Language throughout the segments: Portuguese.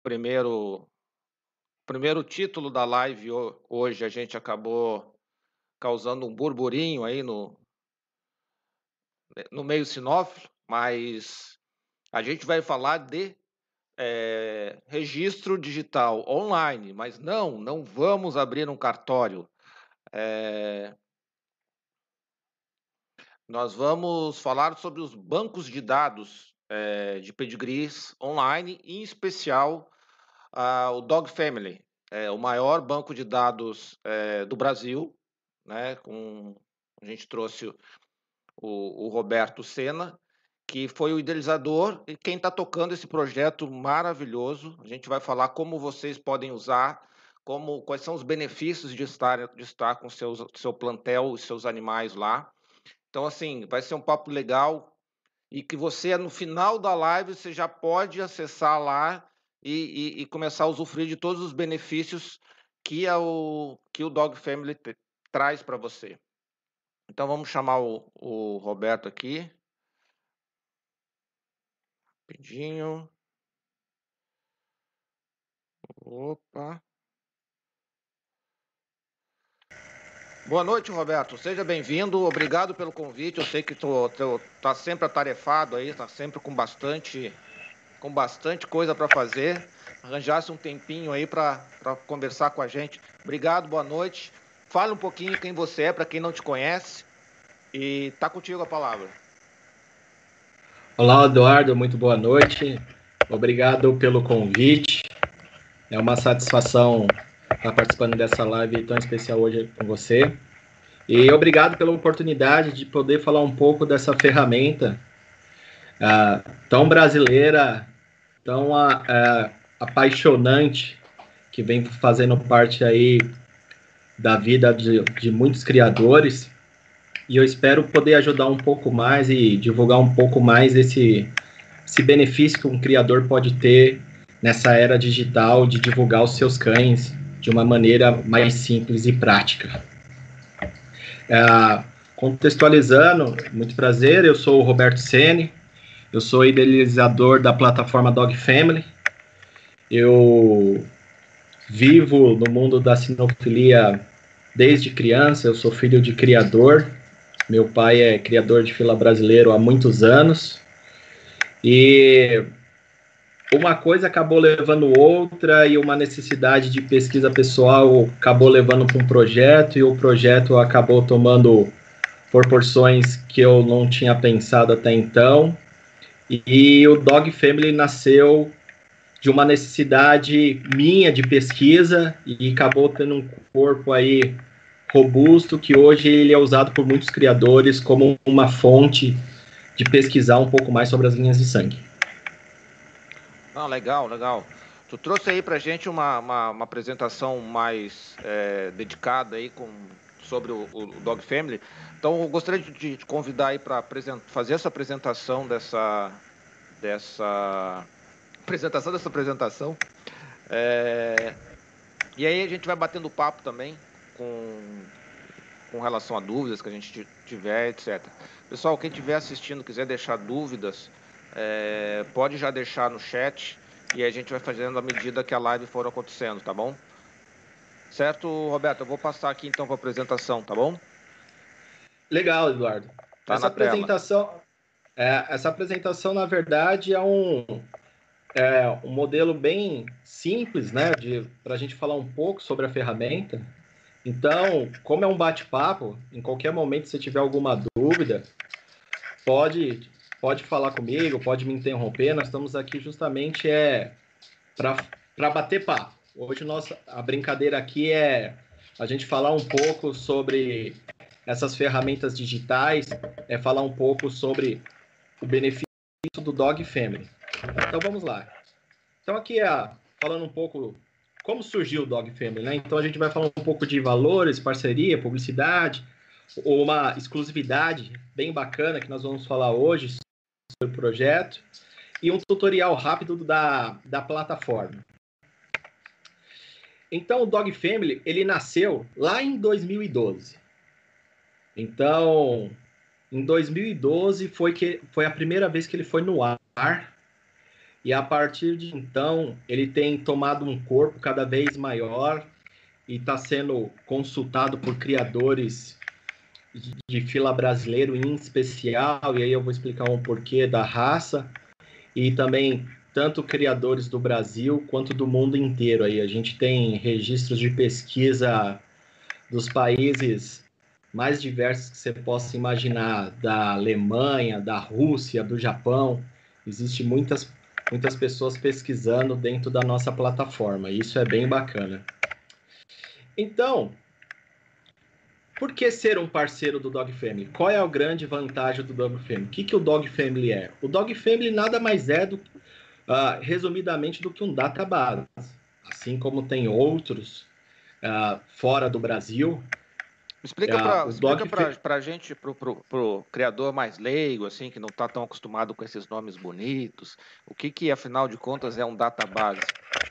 primeiro título da live hoje a gente acabou causando um burburinho aí no meio sinófilo, mas a gente vai falar de registro digital online, mas não vamos abrir um cartório. Nós vamos falar sobre os bancos de dados de pedigrees online, em especial o Dog Family, o maior banco de dados do Brasil, né? A gente trouxe o Roberto Sena, que foi o idealizador e quem está tocando esse projeto maravilhoso. A gente vai falar como vocês podem usar, quais são os benefícios de estar com seu plantel e seus animais lá. Então, assim, vai ser um papo legal e que você, no final da live, você já pode acessar lá e começar a usufruir de todos os benefícios que o Dog Family traz para você. Então, vamos chamar o Roberto aqui. Rapidinho. Opa. Boa noite, Roberto. Seja bem-vindo. Obrigado pelo convite. Eu sei que tu tá sempre atarefado aí, tá sempre com bastante coisa para fazer. Arranjasse um tempinho aí para conversar com a gente. Obrigado, boa noite. Fale um pouquinho quem você é, para quem não te conhece. E tá contigo a palavra. Olá, Eduardo. Muito boa noite. Obrigado pelo convite. É uma satisfação estar participando dessa live tão especial hoje com você. E obrigado pela oportunidade de poder falar um pouco dessa ferramenta tão brasileira, tão apaixonante, que vem fazendo parte aí da vida de muitos criadores. E eu espero poder ajudar um pouco mais e divulgar um pouco mais esse benefício que um criador pode ter nessa era digital de divulgar os seus cães de uma maneira mais simples e prática. Contextualizando, muito prazer, eu sou o Roberto Sene, eu sou idealizador da plataforma Dog Family. Eu vivo no mundo da sinofilia desde criança, eu sou filho de criador. Meu pai é criador de fila brasileiro há muitos anos. E uma coisa acabou levando outra e uma necessidade de pesquisa pessoal acabou levando para um projeto e o projeto acabou tomando proporções que eu não tinha pensado até então. E o Dog Family nasceu de uma necessidade minha de pesquisa e acabou tendo um corpo aí robusto que hoje ele é usado por muitos criadores como uma fonte de pesquisar um pouco mais sobre as linhas de sangue. Ah, legal. Tu trouxe aí pra gente uma apresentação mais dedicada aí sobre o Dog Family. Então, eu gostaria de te convidar aí para fazer essa apresentação dessa apresentação. E aí a gente vai batendo papo também com relação a dúvidas que a gente tiver, etc. Pessoal, quem estiver assistindo, quiser deixar dúvidas, pode já deixar no chat e a gente vai fazendo à medida que a live for acontecendo, tá bom? Certo, Roberto? Eu vou passar aqui então para a apresentação, tá bom? Legal, Eduardo. Tá Essa apresentação, na verdade, é um modelo bem simples, né, para a gente falar um pouco sobre a ferramenta. Então, como é um bate-papo, em qualquer momento, se tiver alguma dúvida, pode falar comigo, pode me interromper. Nós estamos aqui justamente para bater papo. Hoje a brincadeira aqui é a gente falar um pouco sobre essas ferramentas digitais, falar um pouco sobre o benefício do Dog Family. Então vamos lá. Então aqui falando um pouco como surgiu o Dog Family, né? Então a gente vai falar um pouco de valores, parceria, publicidade, ou uma exclusividade bem bacana que nós vamos falar hoje sobre o projeto e um tutorial rápido da plataforma. Então o Dog Family, ele nasceu lá em 2012. Então, em 2012 foi a primeira vez que ele foi no ar e a partir de então ele tem tomado um corpo cada vez maior e está sendo consultado por criadores de fila brasileiro em especial, e aí eu vou explicar um porquê da raça, e também tanto criadores do Brasil quanto do mundo inteiro. Aí a gente tem registros de pesquisa dos países mais diversos que você possa imaginar, da Alemanha, da Rússia, do Japão. Existem muitas pessoas pesquisando dentro da nossa plataforma, e isso é bem bacana. Então, por que ser um parceiro do Dog Family? Qual é a grande vantagem do Dog Family? O que o Dog Family é? O Dog Family nada mais é, resumidamente, do que um database. Assim como tem outros fora do Brasil. Explica para a gente, pro criador mais leigo, assim, que não está tão acostumado com esses nomes bonitos, o que afinal de contas é um database?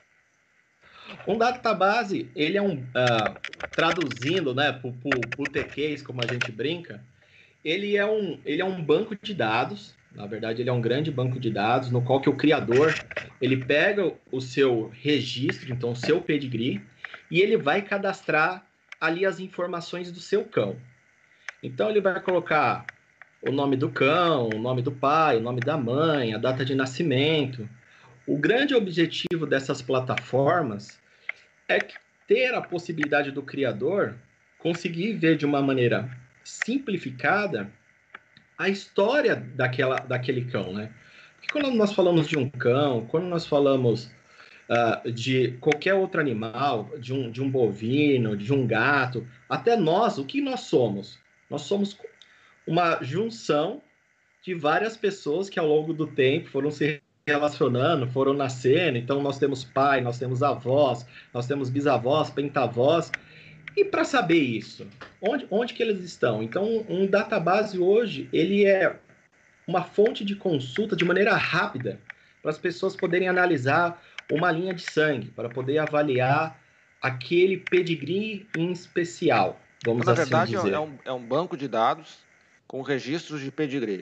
Um database, ele é traduzindo, né, pro botequês, como a gente brinca, ele é um banco de dados. Na verdade, ele é um grande banco de dados, no qual que o criador, ele pega o seu registro, então o seu pedigree, e ele vai cadastrar ali as informações do seu cão. Então, ele vai colocar o nome do cão, o nome do pai, o nome da mãe, a data de nascimento. O grande objetivo dessas plataformas é ter a possibilidade do criador conseguir ver de uma maneira simplificada a história daquele cão, né? Porque quando nós falamos de um cão, quando nós falamos de qualquer outro animal, de um bovino, de um gato, até nós, o que nós somos? Nós somos uma junção de várias pessoas que ao longo do tempo foram se relacionando, foram nascendo. Então nós temos pai, nós temos avós, nós temos bisavós, pentavós. E para saber isso, onde que eles estão? Então um database hoje, ele é uma fonte de consulta de maneira rápida para as pessoas poderem analisar uma linha de sangue, para poder avaliar aquele pedigree em especial, vamos Na assim verdade, dizer. é um banco de dados com registros de pedigree.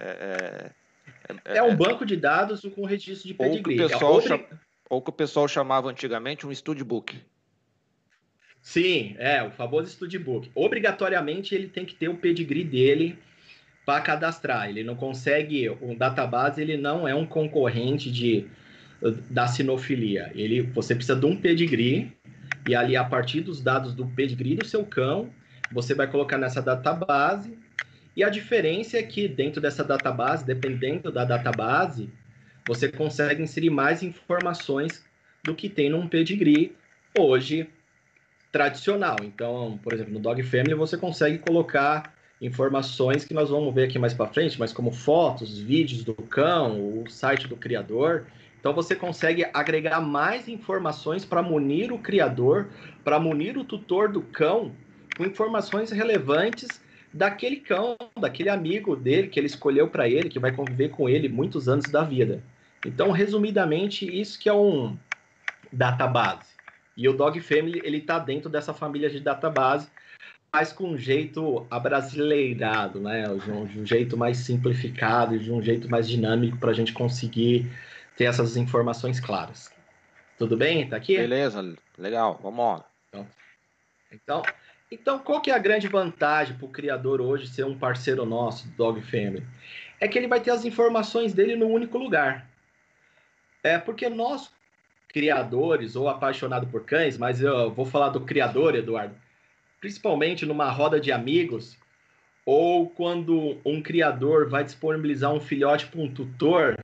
É um banco de dados com registro de pedigree. Ou que o pessoal chamava antigamente um studbook. Sim, o famoso studbook. Obrigatoriamente ele tem que ter o pedigree dele para cadastrar. Ele não consegue, o database ele não é um concorrente da sinofilia. Você precisa de um pedigree, e ali a partir dos dados do pedigree do seu cão, você vai colocar nessa database. E a diferença é que dentro dessa database, dependendo da database, você consegue inserir mais informações do que tem num pedigree hoje tradicional. Então, por exemplo, no Dog Family você consegue colocar informações que nós vamos ver aqui mais para frente, mas como fotos, vídeos do cão, o site do criador. Então você consegue agregar mais informações para munir o criador, para munir o tutor do cão com informações relevantes daquele cão, daquele amigo dele que ele escolheu para ele, que vai conviver com ele muitos anos da vida. Então, resumidamente, isso que é um database. E o Dog Family, ele está dentro dessa família de database, mas com um jeito abrasileirado, né? De um jeito mais simplificado, de um jeito mais dinâmico para a gente conseguir ter essas informações claras. Tudo bem? Tá aqui? Beleza, legal, vamos lá. Então, qual que é a grande vantagem para o criador hoje ser um parceiro nosso do Dog Family? É que ele vai ter as informações dele num único lugar. Porque nós, criadores ou apaixonados por cães, mas eu vou falar do criador, Eduardo, principalmente numa roda de amigos, ou quando um criador vai disponibilizar um filhote para um tutor,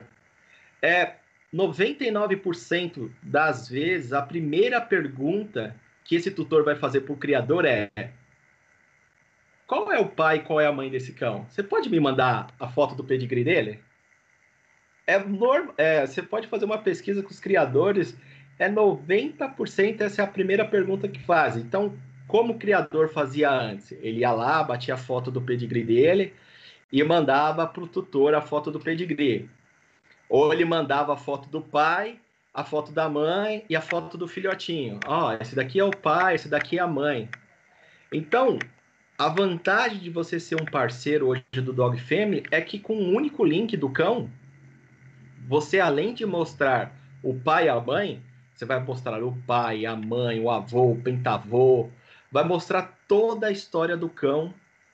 99% das vezes a primeira pergunta que esse tutor vai fazer para o criador é: qual é o pai e qual é a mãe desse cão? Você pode me mandar a foto do pedigree dele? Você pode fazer uma pesquisa com os criadores, 90% essa é a primeira pergunta que fazem. Então, como o criador fazia antes? Ele ia lá, batia a foto do pedigree dele e mandava para o tutor a foto do pedigree. Ou ele mandava a foto do pai, a foto da mãe e a foto do filhotinho. Esse daqui é o pai, esse daqui é a mãe. Então, a vantagem de você ser um parceiro hoje do Dog Family é que com um único link do cão, você, além de mostrar o pai e a mãe, você vai mostrar o pai, a mãe, o avô, o pentavô, vai mostrar toda a história do cão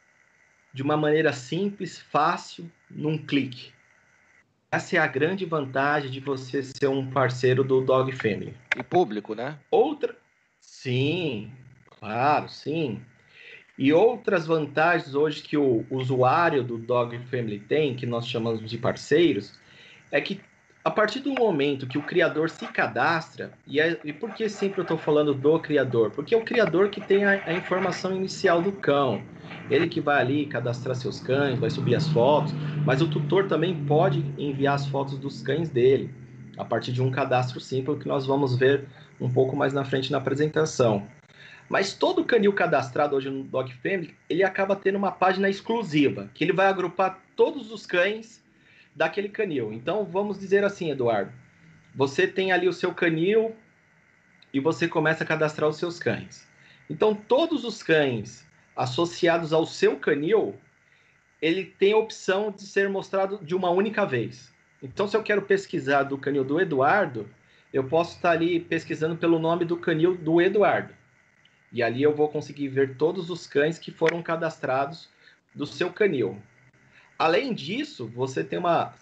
de uma maneira simples, fácil, num clique. Essa é a grande vantagem de você ser um parceiro do Dog Family. E público, né? Outra, sim, claro, sim. E outras vantagens hoje que o usuário do Dog Family tem, que nós chamamos de parceiros, é que a partir do momento que o criador se cadastra, e por que sempre eu estou falando do criador? Porque é o criador que tem a informação inicial do cão. Ele que vai ali cadastrar seus cães, vai subir as fotos, mas o tutor também pode enviar as fotos dos cães dele, a partir de um cadastro simples que nós vamos ver um pouco mais na frente na apresentação. Mas todo canil cadastrado hoje no Dog Family, ele acaba tendo uma página exclusiva, que ele vai agrupar todos os cães daquele canil. Então, vamos dizer assim, Eduardo, você tem ali o seu canil e você começa a cadastrar os seus cães. Então, todos os cães associados ao seu canil, ele tem a opção de ser mostrado de uma única vez. Então, se eu quero pesquisar do canil do Eduardo, eu posso estar ali pesquisando pelo nome do canil do Eduardo. E ali eu vou conseguir ver todos os cães que foram cadastrados do seu canil. Além disso, você tem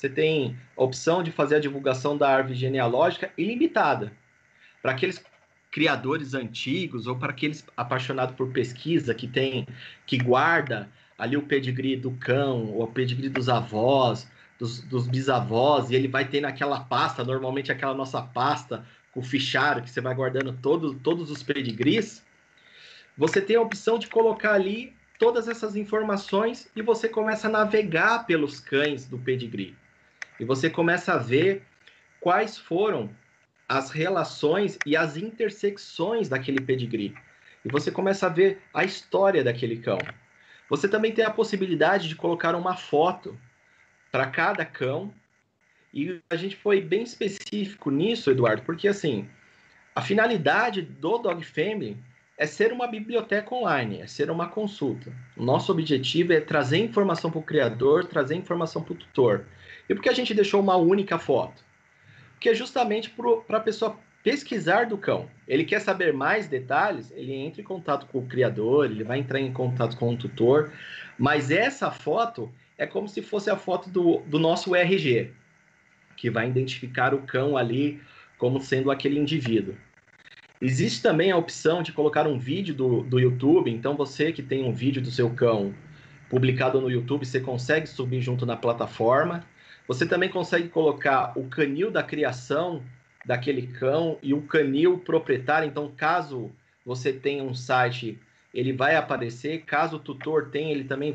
a opção de fazer a divulgação da árvore genealógica ilimitada. Para aqueles criadores antigos ou para aqueles apaixonados por pesquisa que guarda ali o pedigree do cão, ou o pedigree dos avós, dos bisavós, e ele vai ter naquela pasta, normalmente aquela nossa pasta com o fichário, que você vai guardando todos os pedigrees. Você tem a opção de colocar ali todas essas informações e você começa a navegar pelos cães do pedigree. E você começa a ver quais foram as relações e as intersecções daquele pedigree. E você começa a ver a história daquele cão. Você também tem a possibilidade de colocar uma foto para cada cão. E a gente foi bem específico nisso, Eduardo, porque assim, a finalidade do Dog Family é ser uma biblioteca online, é ser uma consulta. O nosso objetivo é trazer informação para o criador, trazer informação para o tutor. E por que a gente deixou uma única foto? Porque é justamente para a pessoa pesquisar do cão. Ele quer saber mais detalhes, ele entra em contato com o criador, ele vai entrar em contato com o tutor, mas essa foto é como se fosse a foto do nosso RG, que vai identificar o cão ali como sendo aquele indivíduo. Existe também a opção de colocar um vídeo do YouTube, então você que tem um vídeo do seu cão publicado no YouTube, você consegue subir junto na plataforma. Você também consegue colocar o canil da criação daquele cão e o canil proprietário, então caso você tenha um site, ele vai aparecer, caso o tutor tenha, ele também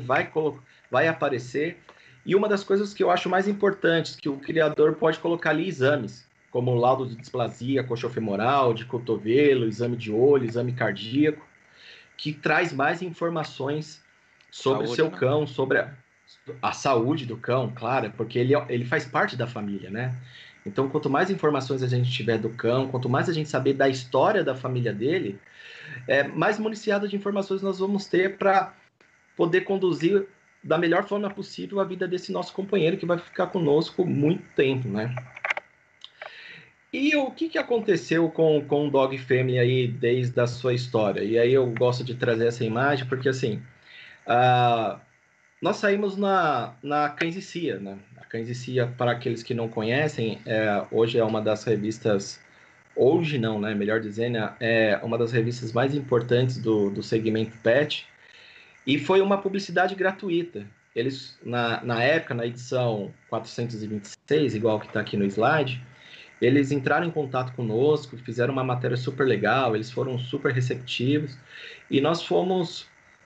vai aparecer. E uma das coisas que eu acho mais importantes, que o criador pode colocar ali exames, como laudo de displasia coxofemoral, de cotovelo, exame de olho, exame cardíaco, que traz mais informações sobre o seu cão, sobre a saúde do cão, claro, porque ele faz parte da família, né? Então, quanto mais informações a gente tiver do cão, quanto mais a gente saber da história da família dele, mais municiado de informações nós vamos ter para poder conduzir da melhor forma possível a vida desse nosso companheiro que vai ficar conosco muito tempo, né? E o que aconteceu com o Dog Family aí desde a sua história? E aí eu gosto de trazer essa imagem porque, assim, nós saímos na Cães e Cia, né? A Cães e Cia, para aqueles que não conhecem, hoje é uma das revistas, hoje não, né? Melhor dizendo, é uma das revistas mais importantes do segmento pet, e foi uma publicidade gratuita. Eles, na época, na edição 426, igual que está aqui no slide, eles entraram em contato conosco, fizeram uma matéria super legal, eles foram super receptivos, e nós fomos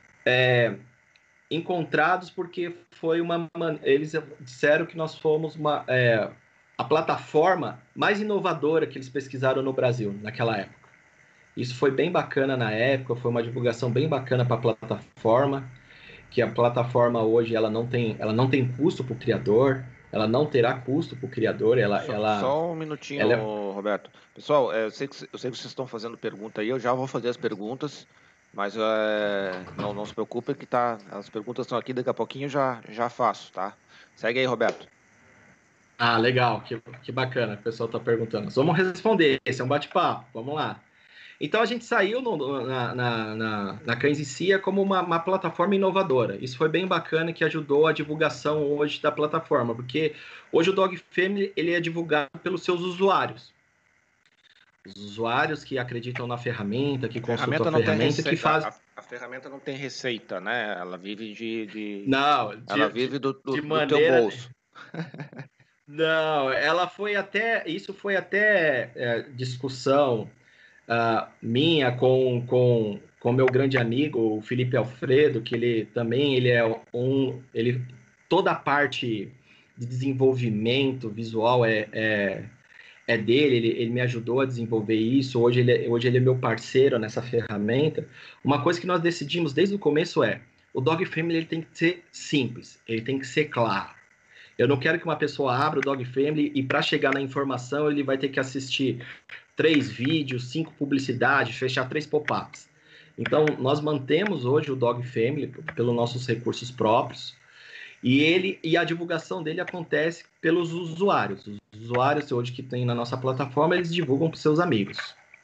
encontrados porque eles disseram que nós fomos a plataforma mais inovadora que eles pesquisaram no Brasil, naquela época. Isso foi bem bacana na época, foi uma divulgação bem bacana para a plataforma, que a plataforma hoje ela não tem custo para o criador, ela não terá custo para o criador. Só um minutinho, Roberto. Pessoal, eu sei que vocês estão fazendo pergunta aí, eu já vou fazer as perguntas, mas não se preocupe que as perguntas estão aqui, daqui a pouquinho eu já faço, tá? Segue aí, Roberto. Ah, legal, que bacana, o pessoal está perguntando. Vamos responder, esse é um bate-papo, vamos lá. Então, a gente saiu na Cães e Cia como uma plataforma inovadora. Isso foi bem bacana, que ajudou a divulgação hoje da plataforma, porque hoje o Dog Family ele é divulgado pelos seus usuários. Os usuários que acreditam na ferramenta, que consultam a ferramenta, que faz... A ferramenta não tem receita, né? Ela vive Não, ela vive de do teu maneira... bolso. Não, ela foi até... Isso foi até discussão minha com meu grande amigo, o Felipe Alfredo, que ele também toda a parte de desenvolvimento visual é dele, ele me ajudou a desenvolver isso, hoje ele é meu parceiro nessa ferramenta. Uma coisa que nós decidimos desde o começo o Dog Family ele tem que ser simples, ele tem que ser claro. Eu não quero que uma pessoa abra o Dog Family e para chegar na informação ele vai ter que assistir 3 vídeos, 5 publicidades, fechar 3 pop-ups. Então, nós mantemos hoje o Dog Family pelos nossos recursos próprios e a divulgação dele acontece pelos usuários. Os usuários hoje que tem na nossa plataforma, eles divulgam para seus amigos.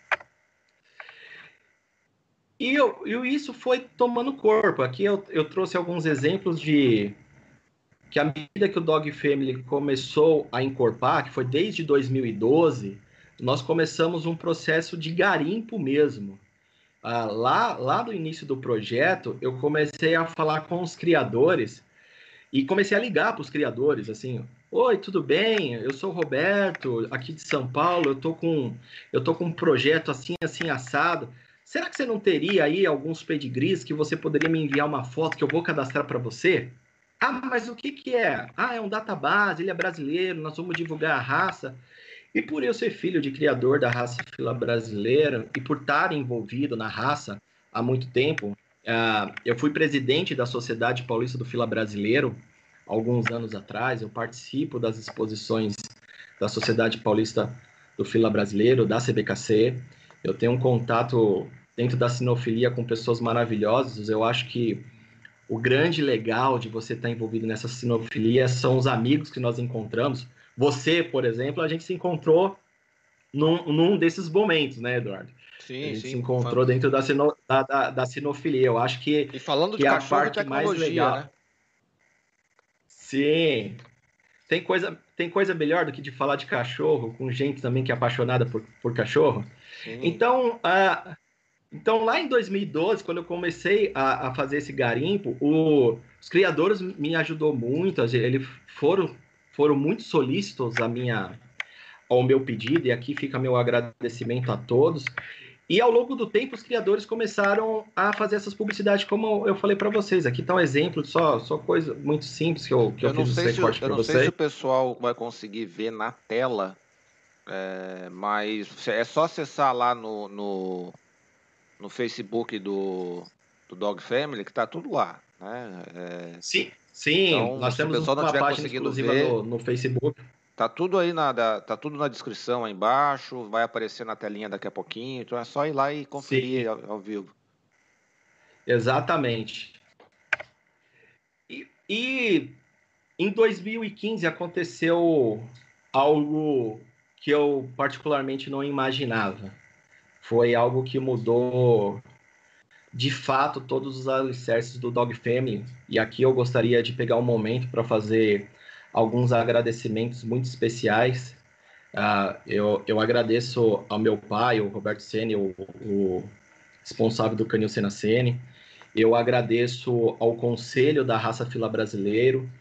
E isso foi tomando corpo. Aqui eu trouxe alguns exemplos de que à medida que o Dog Family começou a encorpar, que foi desde 2012, nós começamos um processo de garimpo mesmo. Lá no início do projeto, eu comecei a falar com os criadores e comecei a ligar para os criadores, assim, oi, tudo bem? Eu sou o Roberto, aqui de São Paulo, eu tô com um projeto assim, assim, assado. Será que você não teria aí alguns pedigrees que você poderia me enviar uma foto que eu vou cadastrar para você? Ah, mas o que que é? Ah, é um database, ele é brasileiro, nós vamos divulgar a raça. E por eu ser filho de criador da raça fila brasileira e por estar envolvido na raça há muito tempo, eu fui presidente da Sociedade Paulista do Fila Brasileiro alguns anos atrás. Eu participo das exposições da Sociedade Paulista do Fila Brasileiro, da CBKC. Eu tenho um contato dentro da sinofilia com pessoas maravilhosas. Eu acho que o grande legal de você estar envolvido nessa sinofilia são os amigos que nós encontramos. Você, por exemplo, a gente se encontrou num desses momentos, né, Eduardo? A Sim, gente se sim. encontrou dentro da sinofilia. Eu acho E falando que de é a cachorro e parte mais tecnologia, legal. né? Sim. Tem coisa melhor do que de falar de cachorro com gente também que é apaixonada por cachorro? Sim. Então, então, lá em 2012, quando eu comecei a fazer esse garimpo, os criadores me ajudou muito, eles foram muito solícitos ao meu pedido, e aqui fica meu agradecimento a todos. E ao longo do tempo, os criadores começaram a fazer essas publicidades, como eu falei para vocês. Aqui está um exemplo, só coisa muito simples que eu fiz esse recorte Eu para não sei se vocês. o pessoal vai conseguir ver na tela, mas é só acessar lá no Facebook do Dog Family, que tá tudo lá, né? Sim, Então, nós se o temos pessoal não uma estiver página conseguindo exclusiva ver, no Facebook. tá tudo na descrição aí embaixo, vai aparecer na telinha daqui a pouquinho, então é só ir lá e Sim, conferir ao vivo. exatamente. E em 2015 aconteceu algo que eu particularmente não imaginava. Foi algo que mudou de fato todos os alicerces do Dog Family. E aqui eu gostaria de pegar um momento para fazer alguns agradecimentos muito especiais. Eu agradeço ao meu pai, o Roberto Ceni, o responsável do Canil Senacene. Eu agradeço ao Conselho da Raça Fila Brasileiro.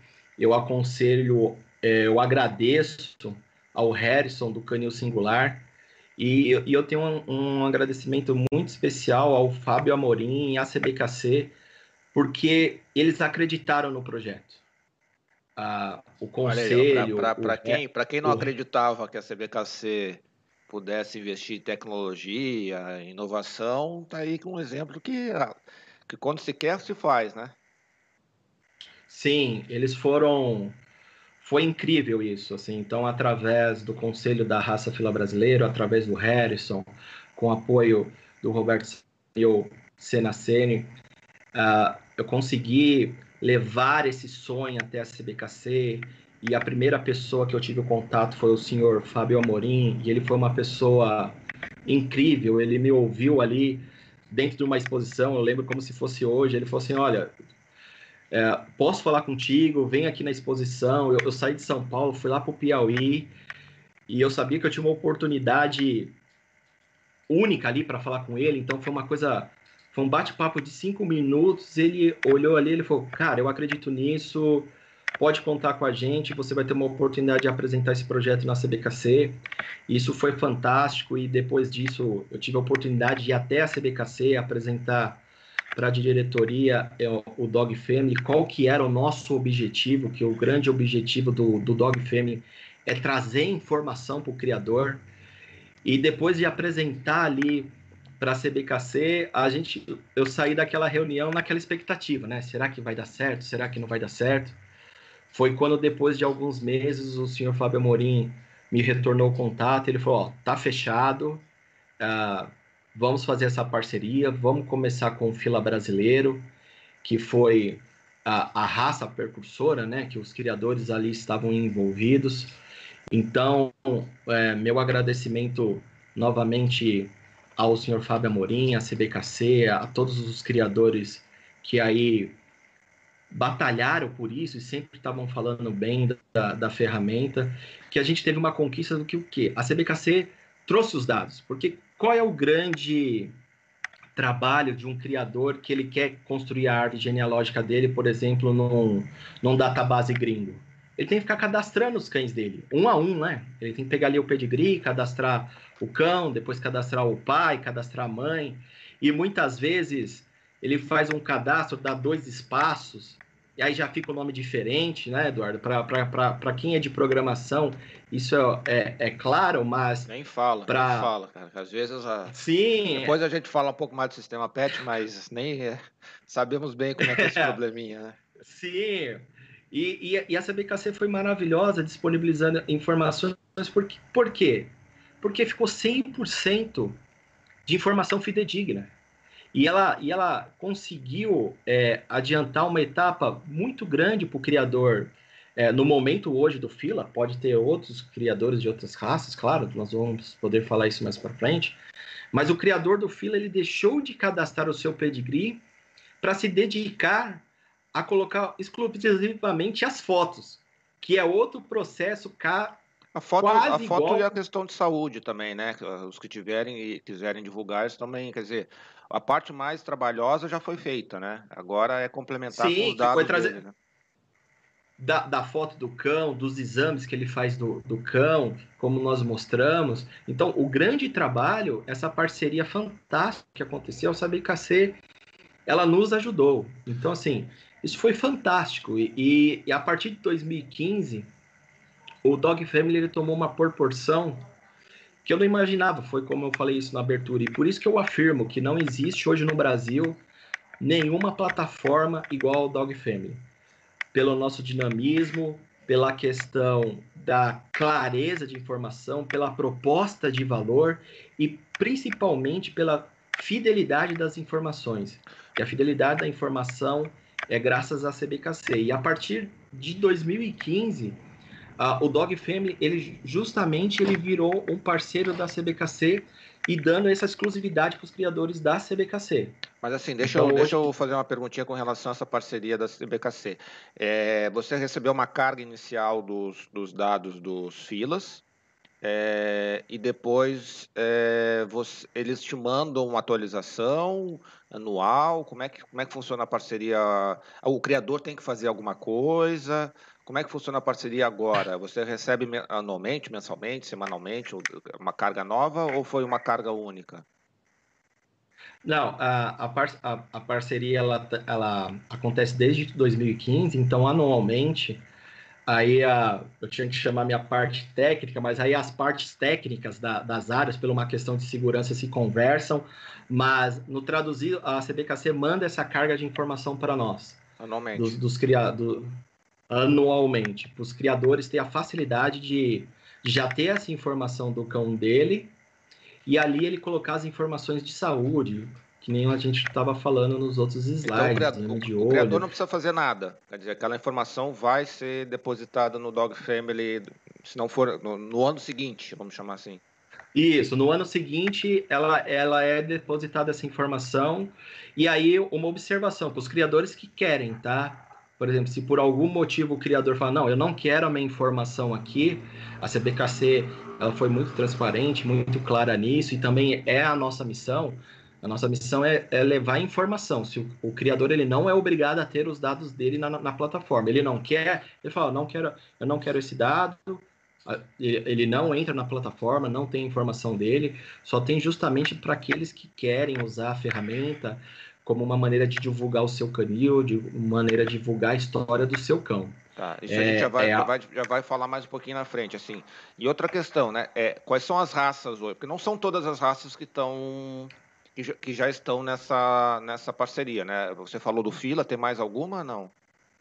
Eu agradeço ao Harrison do Canil Singular. E eu tenho um agradecimento muito especial ao Fábio Amorim e à CBKC, porque eles acreditaram no projeto. O Olha aí, ó, Conselho, para quem não o, acreditava que a CBKC pudesse investir em tecnologia, em inovação, tá aí com um exemplo que quando se quer, se faz, né? sim, eles foram. Foi incrível isso, assim. Então, através do Conselho da Raça Fila Brasileiro, através do Harrison, com apoio do Roberto Senacene, eu consegui levar esse sonho até a CBKC e a primeira pessoa que eu tive o contato foi o senhor Fábio Amorim, e ele foi uma pessoa incrível, ele me ouviu ali dentro de uma exposição, eu lembro como se fosse hoje, ele falou assim, olha, posso falar contigo, vem aqui na exposição, eu saí de São Paulo, fui lá para o Piauí, e eu sabia que eu tinha uma oportunidade única ali para falar com ele, então foi um bate-papo de 5 minutos, ele olhou ali, ele falou, cara, eu acredito nisso, pode contar com a gente, você vai ter uma oportunidade de apresentar esse projeto na CBKC, isso foi fantástico, e depois disso eu tive a oportunidade de ir até a CBKC, apresentar para a diretoria o Dog Family, qual que era o nosso objetivo, que o grande objetivo do Dog Family é trazer informação para o criador, e depois de apresentar ali para a CBKC, eu saí daquela reunião naquela expectativa, né? Será que vai dar certo? Será que não vai dar certo? Foi quando, depois de alguns meses, o senhor Fábio Amorim me retornou o contato. Ele falou: ó, tá fechado, vamos fazer essa parceria, vamos começar com o Fila Brasileiro, que foi a raça precursora, né? Que os criadores ali estavam envolvidos. Então, meu agradecimento novamente ao senhor Fábio Amorim, à CBKC, a todos os criadores que aí batalharam por isso e sempre estavam falando bem da ferramenta, que a gente teve uma conquista do que o quê? A CBKC trouxe os dados, porque qual é o grande trabalho de um criador que ele quer construir a árvore genealógica dele, por exemplo, num database gringo? Ele tem que ficar cadastrando os cães dele, um a um, né? Ele tem que pegar ali o pedigree, cadastrar o cão, depois cadastrar o pai, cadastrar a mãe, e muitas vezes ele faz um cadastro, dá 2 espaços, e aí já fica o nome diferente, né, Eduardo? Para quem é de programação, isso é claro, mas... Nem fala, cara. Às vezes, Sim, depois a gente fala um pouco mais do sistema PET, mas nem sabemos bem como é que é esse probleminha, né? Sim, e a CBKC foi maravilhosa disponibilizando informações. Por quê? Porque ficou 100% de informação fidedigna. E ela conseguiu adiantar uma etapa muito grande para o criador. No momento hoje do Fila, pode ter outros criadores de outras raças, claro, nós vamos poder falar isso mais para frente, mas o criador do Fila, ele deixou de cadastrar o seu pedigree para se dedicar a colocar exclusivamente as fotos, que é outro processo A foto quase e a igual. questão de saúde também, né? Os que tiverem e quiserem divulgar isso também, quer dizer, a parte mais trabalhosa já foi feita, né? Agora é complementar com os Sim, que foi dados trazer dele, né? da foto do cão, dos exames que ele faz do cão, como nós mostramos. Então, o grande trabalho, essa parceria fantástica que aconteceu, a CBKC, ela nos ajudou. Então, assim, isso foi fantástico. E a partir de 2015, o Dog Family ele tomou uma proporção que eu não imaginava, foi como eu falei isso na abertura, e por isso que eu afirmo que não existe hoje no Brasil nenhuma plataforma igual ao Dog Family. Pelo nosso dinamismo, pela questão da clareza de informação, pela proposta de valor e principalmente pela fidelidade das informações. E a fidelidade da informação é graças à CBKC. E a partir de 2015, o Dog Family, ele virou um parceiro da CBKC e dando essa exclusividade para os criadores da CBKC. Mas assim, Então, deixa hoje... eu fazer uma perguntinha com relação a essa parceria da CBKC. Você recebeu uma carga inicial dos dados dos filas, e depois eles te mandam uma atualização anual? Como é que funciona a parceria? O criador tem que fazer alguma coisa? Como é que funciona a parceria agora? Você recebe anualmente, mensalmente, semanalmente, uma carga nova ou foi uma carga única? Não, a parceria ela acontece desde 2015, então anualmente, aí eu tinha que chamar minha parte técnica, mas aí as partes técnicas das áreas, por uma questão de segurança, se conversam, mas no traduzir, a CBKC manda essa carga de informação para nós, Anualmente. dos criados, anualmente, para os criadores ter a facilidade de já ter essa informação do cão dele, e ali ele colocar as informações de saúde, que nem a gente estava falando nos outros Então slides, exame de o criador olho. não precisa fazer nada. Quer dizer, aquela informação vai ser depositada no Dog Family, se não for no ano seguinte, vamos chamar assim. Isso, no ano seguinte ela é depositada essa informação, e aí uma observação para os criadores que querem, tá? Por exemplo, se por algum motivo o criador fala, não, eu não quero a minha informação aqui, a CBKC ela foi muito transparente, muito clara nisso, e também é a nossa missão é levar informação. Se o criador ele não é obrigado a ter os dados dele na plataforma, ele não quer, ele fala, eu não quero esse dado, ele não entra na plataforma, não tem informação dele, só tem justamente para aqueles que querem usar a ferramenta como uma maneira de divulgar o seu canil, de maneira de divulgar a história do seu cão. Tá, isso a gente já vai falar mais um pouquinho na frente, assim. E outra questão, né? Quais são as raças hoje? Porque não são todas as raças que já estão nessa parceria, né? Você falou do Fila, tem mais alguma? Não.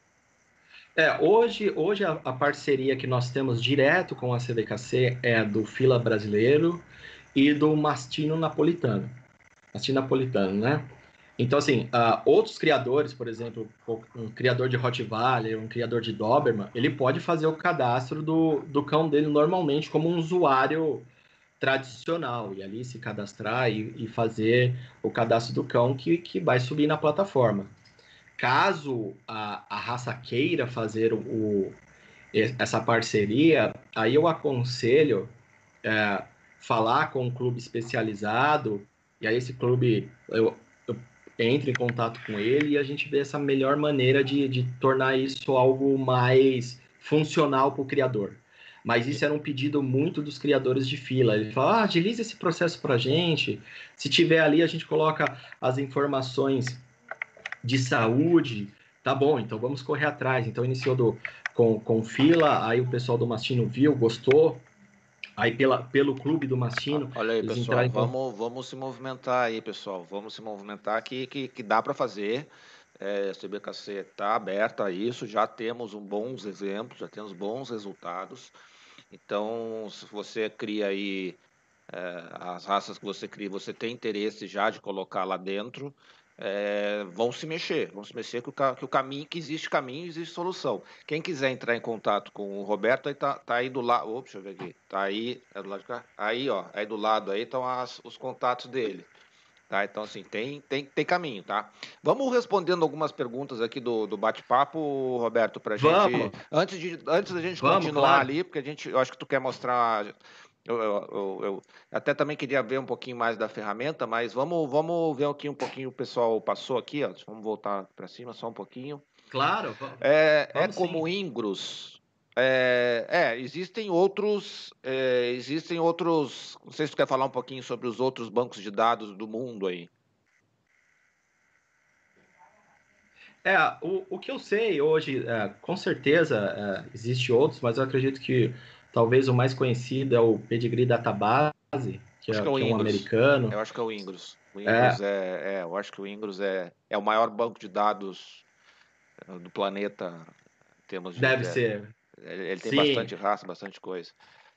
Hoje a parceria que nós temos direto com a CBKC é do Fila Brasileiro e do Mastino Napolitano. Mastino Napolitano, né? Então, assim, outros criadores, por exemplo, um criador de Rottweiler, um criador de Doberman, ele pode fazer o cadastro do cão dele normalmente como um usuário tradicional, e ali se cadastrar e fazer o cadastro do cão que vai subir na plataforma. Caso a raça queira fazer essa parceria, aí eu aconselho falar com um clube especializado, e aí esse clube eu entro em contato com ele e a gente vê essa melhor maneira de tornar isso algo mais funcional para o criador. Mas isso era um pedido muito dos criadores de fila. Ele fala, agiliza esse processo para a gente. Se tiver ali, a gente coloca as informações de saúde, tá bom, então vamos correr atrás. Então iniciou com fila, aí o pessoal do Mastino viu, gostou, aí pelo clube do Mastino, Olha aí, eles pessoal, entraram em contato. vamos se movimentar aí, pessoal. Vamos se movimentar que dá para fazer. A CBKC está aberta a isso, já temos bons exemplos, já temos bons resultados. Então, se você cria aí as raças que você cria, você tem interesse já de colocar lá dentro, vão se mexer que o caminho, que existe caminho, existe solução. Quem quiser entrar em contato com o Roberto, aí tá aí do lado, opa, deixa eu ver aqui, tá aí, é do lado de cá, aí ó, aí do lado aí estão os contatos dele. Tá, então assim, tem caminho, tá? Vamos respondendo algumas perguntas aqui do bate-papo, Roberto, pra gente, Vamos, antes da gente vamos, continuar claro. ali, porque eu acho que tu quer mostrar, eu até também queria ver um pouquinho mais da ferramenta, mas vamos ver aqui um pouquinho, o pessoal passou aqui, ó, vamos voltar para cima só um pouquinho. Claro, É vamos sim. como o Ingrus. Existem outros. Não sei se tu quer falar um pouquinho sobre os outros bancos de dados do mundo aí. O que eu sei hoje, com certeza, existe outros, mas eu acredito que talvez o mais conhecido é o Pedigree Database, Acho que é o que é um Ingrus. americano. Eu acho que é o Ingrus. É, Eu acho que o Ingrus é o maior banco de dados do planeta. Temos de, deve ser. ele tem Sim, bastante raça, bastante coisa.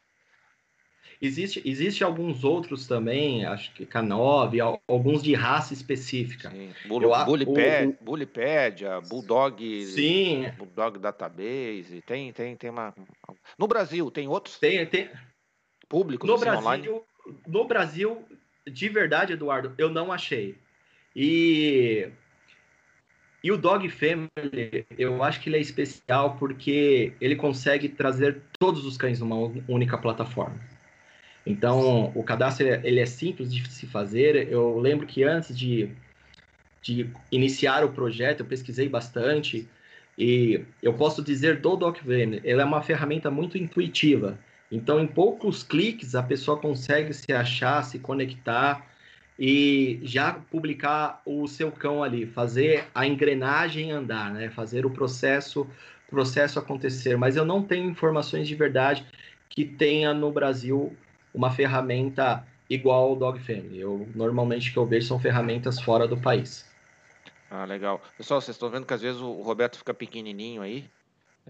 existe alguns outros também, acho que K9, alguns de raça específica. Sim. Eu, a- o- Bullypedia, sim, Bulldog Database, tem uma. No Brasil, tem outros tem, públicos no assim online? Brasil, no Brasil, de verdade, Eduardo, eu não achei. E E o Dog Family, eu acho que ele é especial porque ele consegue trazer todos os cães numa única plataforma. Então, o cadastro ele é simples de se fazer. Eu lembro que antes de iniciar o projeto, eu pesquisei bastante e eu posso dizer do Dog Family, ele é uma ferramenta muito intuitiva. Então, em poucos cliques, a pessoa consegue se achar, se conectar e já publicar o seu cão ali, fazer a engrenagem andar, né? Fazer o processo acontecer. Mas eu não tenho informações de verdade que tenha no Brasil uma ferramenta igual ao Dog Family. Eu normalmente que eu vejo são ferramentas fora do país. Ah, legal. Pessoal, vocês estão vendo que às vezes o Roberto fica pequenininho aí?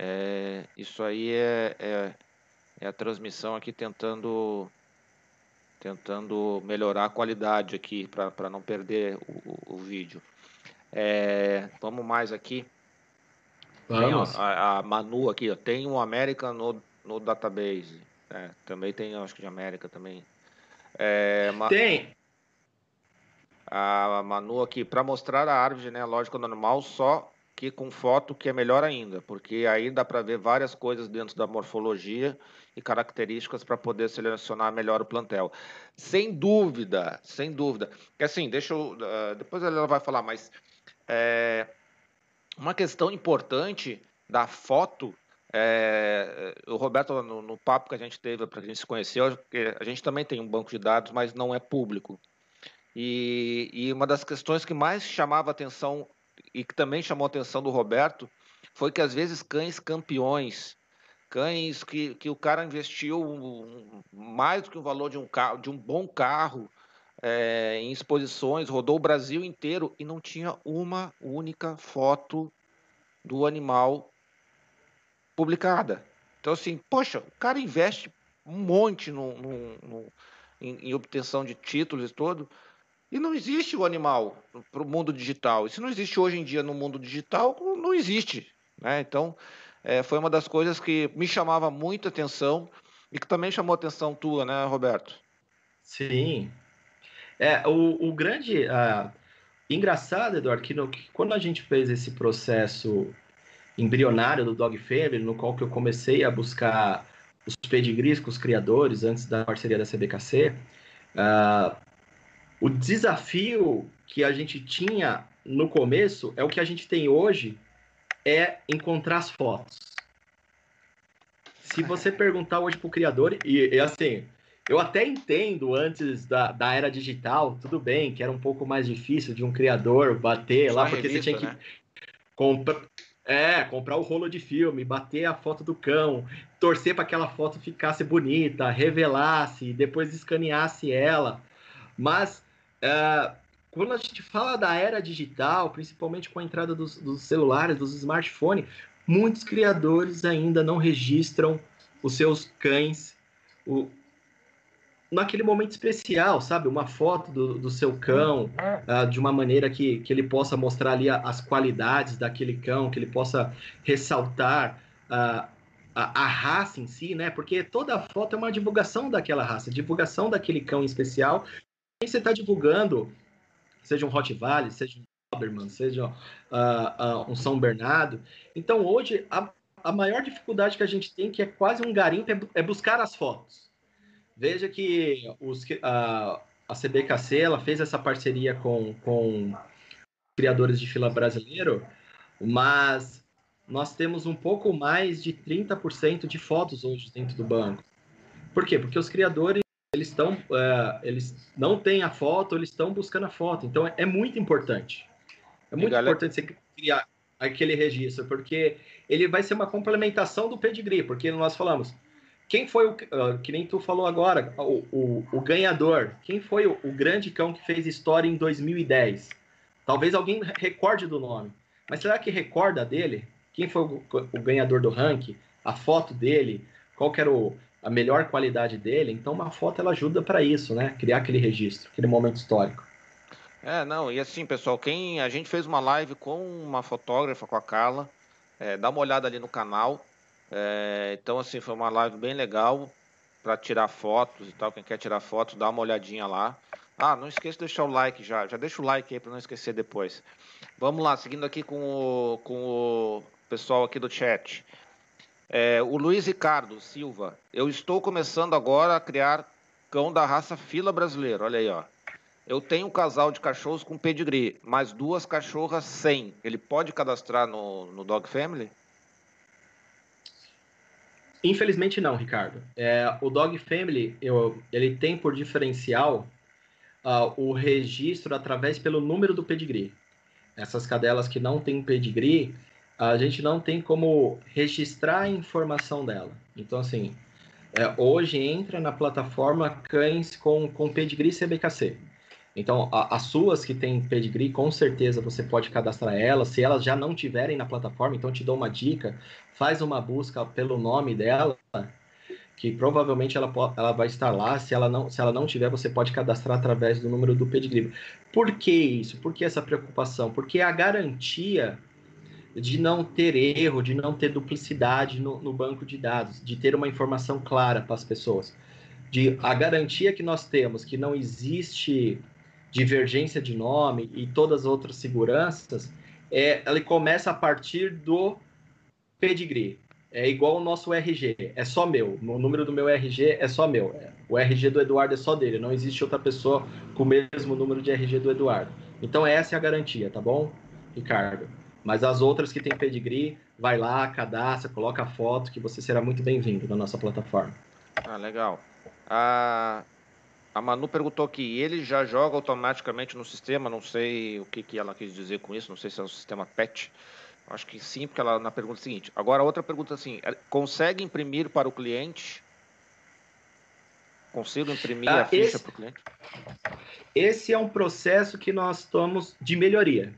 Isso aí é a transmissão aqui tentando tentando melhorar a qualidade aqui para não perder o vídeo. Vamos mais aqui. Tem, ó, Vamos. a Manu aqui, ó, tem um América no database. Também tem, acho que de América também. Tem. A Manu aqui, para mostrar a árvore genealógica normal, só que com foto, que é melhor ainda, porque aí dá para ver várias coisas dentro da morfologia e características para poder selecionar melhor o plantel. Sem dúvida, sem dúvida. Que assim, deixa eu. Depois ela vai falar, mas uma questão importante da foto. O Roberto, no papo que a gente teve para a gente se conhecer, a gente também tem um banco de dados, mas não é público. E uma das questões que mais chamava atenção e que também chamou a atenção do Roberto foi que às vezes cães campeões, cães que o cara investiu mais do que o valor de um carro, de um bom carro, em exposições, rodou o Brasil inteiro e não tinha uma única foto do animal publicada. Então assim, poxa, o cara investe um monte em obtenção de títulos e todo. E não existe o animal para o mundo digital. E se não existe hoje em dia no mundo digital, não existe. Né? Então, foi uma das coisas que me chamava muita atenção e que também chamou a atenção tua, né, Roberto? Sim. O grande. Engraçado, Eduardo, que quando a gente fez esse processo embrionário do Dog Family, no qual que eu comecei a buscar os pedigrees com os criadores antes da parceria da CBKC, o desafio que a gente tinha no começo é o que a gente tem hoje, é encontrar as fotos. Se você perguntar hoje para o criador, e assim, eu até entendo antes da era digital, tudo bem, que era um pouco mais difícil de um criador bater Só lá, a porque você revista, tinha que né? comprar o rolo de filme, bater a foto do cão, torcer para aquela foto ficasse bonita, revelasse, depois escaneasse ela. Mas quando a gente fala da era digital, principalmente com a entrada dos celulares, dos smartphones, muitos criadores ainda não registram os seus cães naquele momento especial, sabe? Uma foto do seu cão, de uma maneira que ele possa mostrar ali as qualidades daquele cão, que ele possa ressaltar a raça em si, né? Porque toda foto é uma divulgação daquela raça, divulgação daquele cão em especial. E você está divulgando, seja um Rottweiler, seja um Doberman, seja um São Bernardo. Então, hoje, a maior dificuldade que a gente tem, que é quase um garimpo, é buscar as fotos. Veja que a CBKC ela fez essa parceria com criadores de fila brasileiro, mas nós temos um pouco mais de 30% de fotos hoje dentro do banco. Por quê? Porque os criadores eles não têm a foto, eles estão buscando a foto. Então é muito importante. É E muito importante você criar aquele registro, porque ele vai ser uma complementação do pedigree, porque nós falamos, quem foi que nem tu falou agora, o ganhador, quem foi o grande cão que fez história em 2010? Talvez alguém recorde do nome, mas será que recorda dele? Quem foi o ganhador do ranking? A foto dele? Qual que era a melhor qualidade dele? Então uma foto ela ajuda para isso, né? Criar aquele registro, aquele momento histórico. Não, e assim, pessoal, a gente fez uma live com uma fotógrafa, com a Carla, dá uma olhada ali no canal. Então, assim, foi uma live bem legal para tirar fotos e tal. Quem quer tirar fotos, dá uma olhadinha lá. Não esqueça de deixar o like já deixa o like aí para não esquecer depois. Vamos lá, seguindo aqui com o pessoal aqui do chat. O Luiz Ricardo Silva, eu estou começando agora a criar cão da raça fila brasileiro, olha aí, ó. Eu tenho um casal de cachorros com pedigree, mas 2 cachorras sem. Ele pode cadastrar no Dog Family? Infelizmente não, Ricardo. O Dog Family ele tem por diferencial o registro através pelo número do pedigree. Essas cadelas que não têm pedigree, a gente não tem como registrar a informação dela. Então, assim, hoje entra na plataforma cães com pedigree CBKC. Então, as suas que têm pedigree, com certeza você pode cadastrar elas. Se elas já não tiverem na plataforma, então te dou uma dica: faz uma busca pelo nome dela, que provavelmente ela vai estar lá. Se ela não tiver, você pode cadastrar através do número do pedigree. Por que isso? Por que essa preocupação? Porque é a garantia de não ter erro, de não ter duplicidade no banco de dados, de ter uma informação clara para as pessoas. A garantia que nós temos que não existe divergência de nome e todas as outras seguranças, ela começa a partir do pedigree. É igual o nosso RG, é só meu. O número do meu RG é só meu. O RG do Eduardo é só dele, não existe outra pessoa com o mesmo número de RG do Eduardo. Então essa é a garantia, tá bom, Ricardo? Mas as outras que tem pedigree, vai lá, cadastra, coloca a foto, que você será muito bem-vindo na nossa plataforma. Ah, legal. A Manu perguntou aqui, ele já joga automaticamente no sistema? Não sei o que ela quis dizer com isso, não sei se é um sistema PET. Acho que sim, porque ela na pergunta seguinte. Agora, outra pergunta assim, consegue imprimir para o cliente? Consigo imprimir a ficha para o cliente? Esse é um processo que nós estamos de melhoria.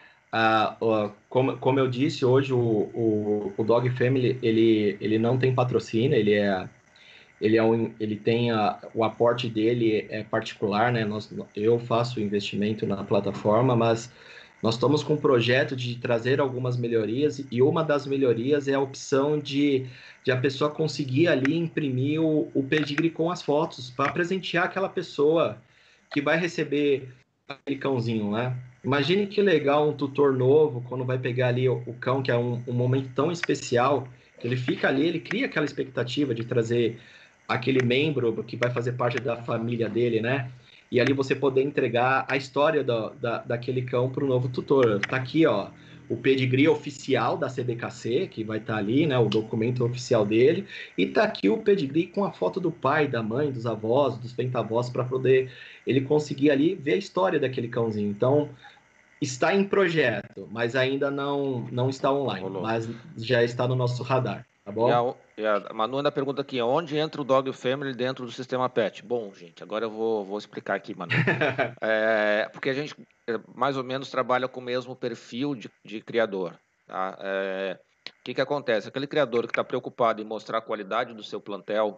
Como eu disse, hoje o Dog Family ele não tem patrocínio, ele tem o aporte dele é particular, né? Eu faço investimento na plataforma, mas nós estamos com um projeto de trazer algumas melhorias, e uma das melhorias é a opção de a pessoa conseguir ali imprimir o pedigree com as fotos para presentear aquela pessoa que vai receber aquele cãozinho, né? Imagine que legal um tutor novo, quando vai pegar ali o cão, que é um momento tão especial, que ele fica ali, ele cria aquela expectativa de trazer aquele membro que vai fazer parte da família dele, né? E ali você poder entregar a história daquele cão para o novo tutor. Tá aqui, ó, o pedigree oficial da CBKC, que vai estar ali, né, o documento oficial dele, e tá aqui o pedigree com a foto do pai, da mãe, dos avós, dos pentavós, para poder ele conseguir ali ver a história daquele cãozinho. Então, está em projeto, mas ainda não está online, mas já está no nosso radar, tá bom? E a Manu ainda pergunta aqui, onde entra o Dog Family dentro do sistema PET? Bom, gente, agora eu vou explicar aqui, Manu. Porque a gente mais ou menos trabalha com o mesmo perfil de criador. Tá? O que acontece? Aquele criador que está preocupado em mostrar a qualidade do seu plantel,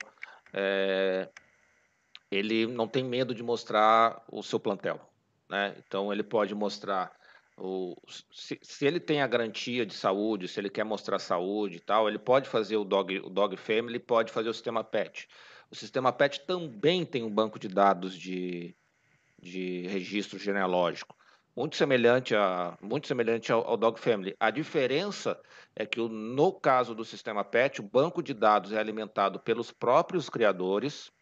ele não tem medo de mostrar o seu plantel, né? Então ele pode mostrar se ele tem a garantia de saúde, se ele quer mostrar saúde e tal, ele pode fazer o Dog Family, pode fazer o sistema PET. O sistema PET também tem um banco de dados de registro genealógico, muito semelhante ao Dog Family. A diferença é que no caso do sistema PET, o banco de dados é alimentado pelos próprios criadores,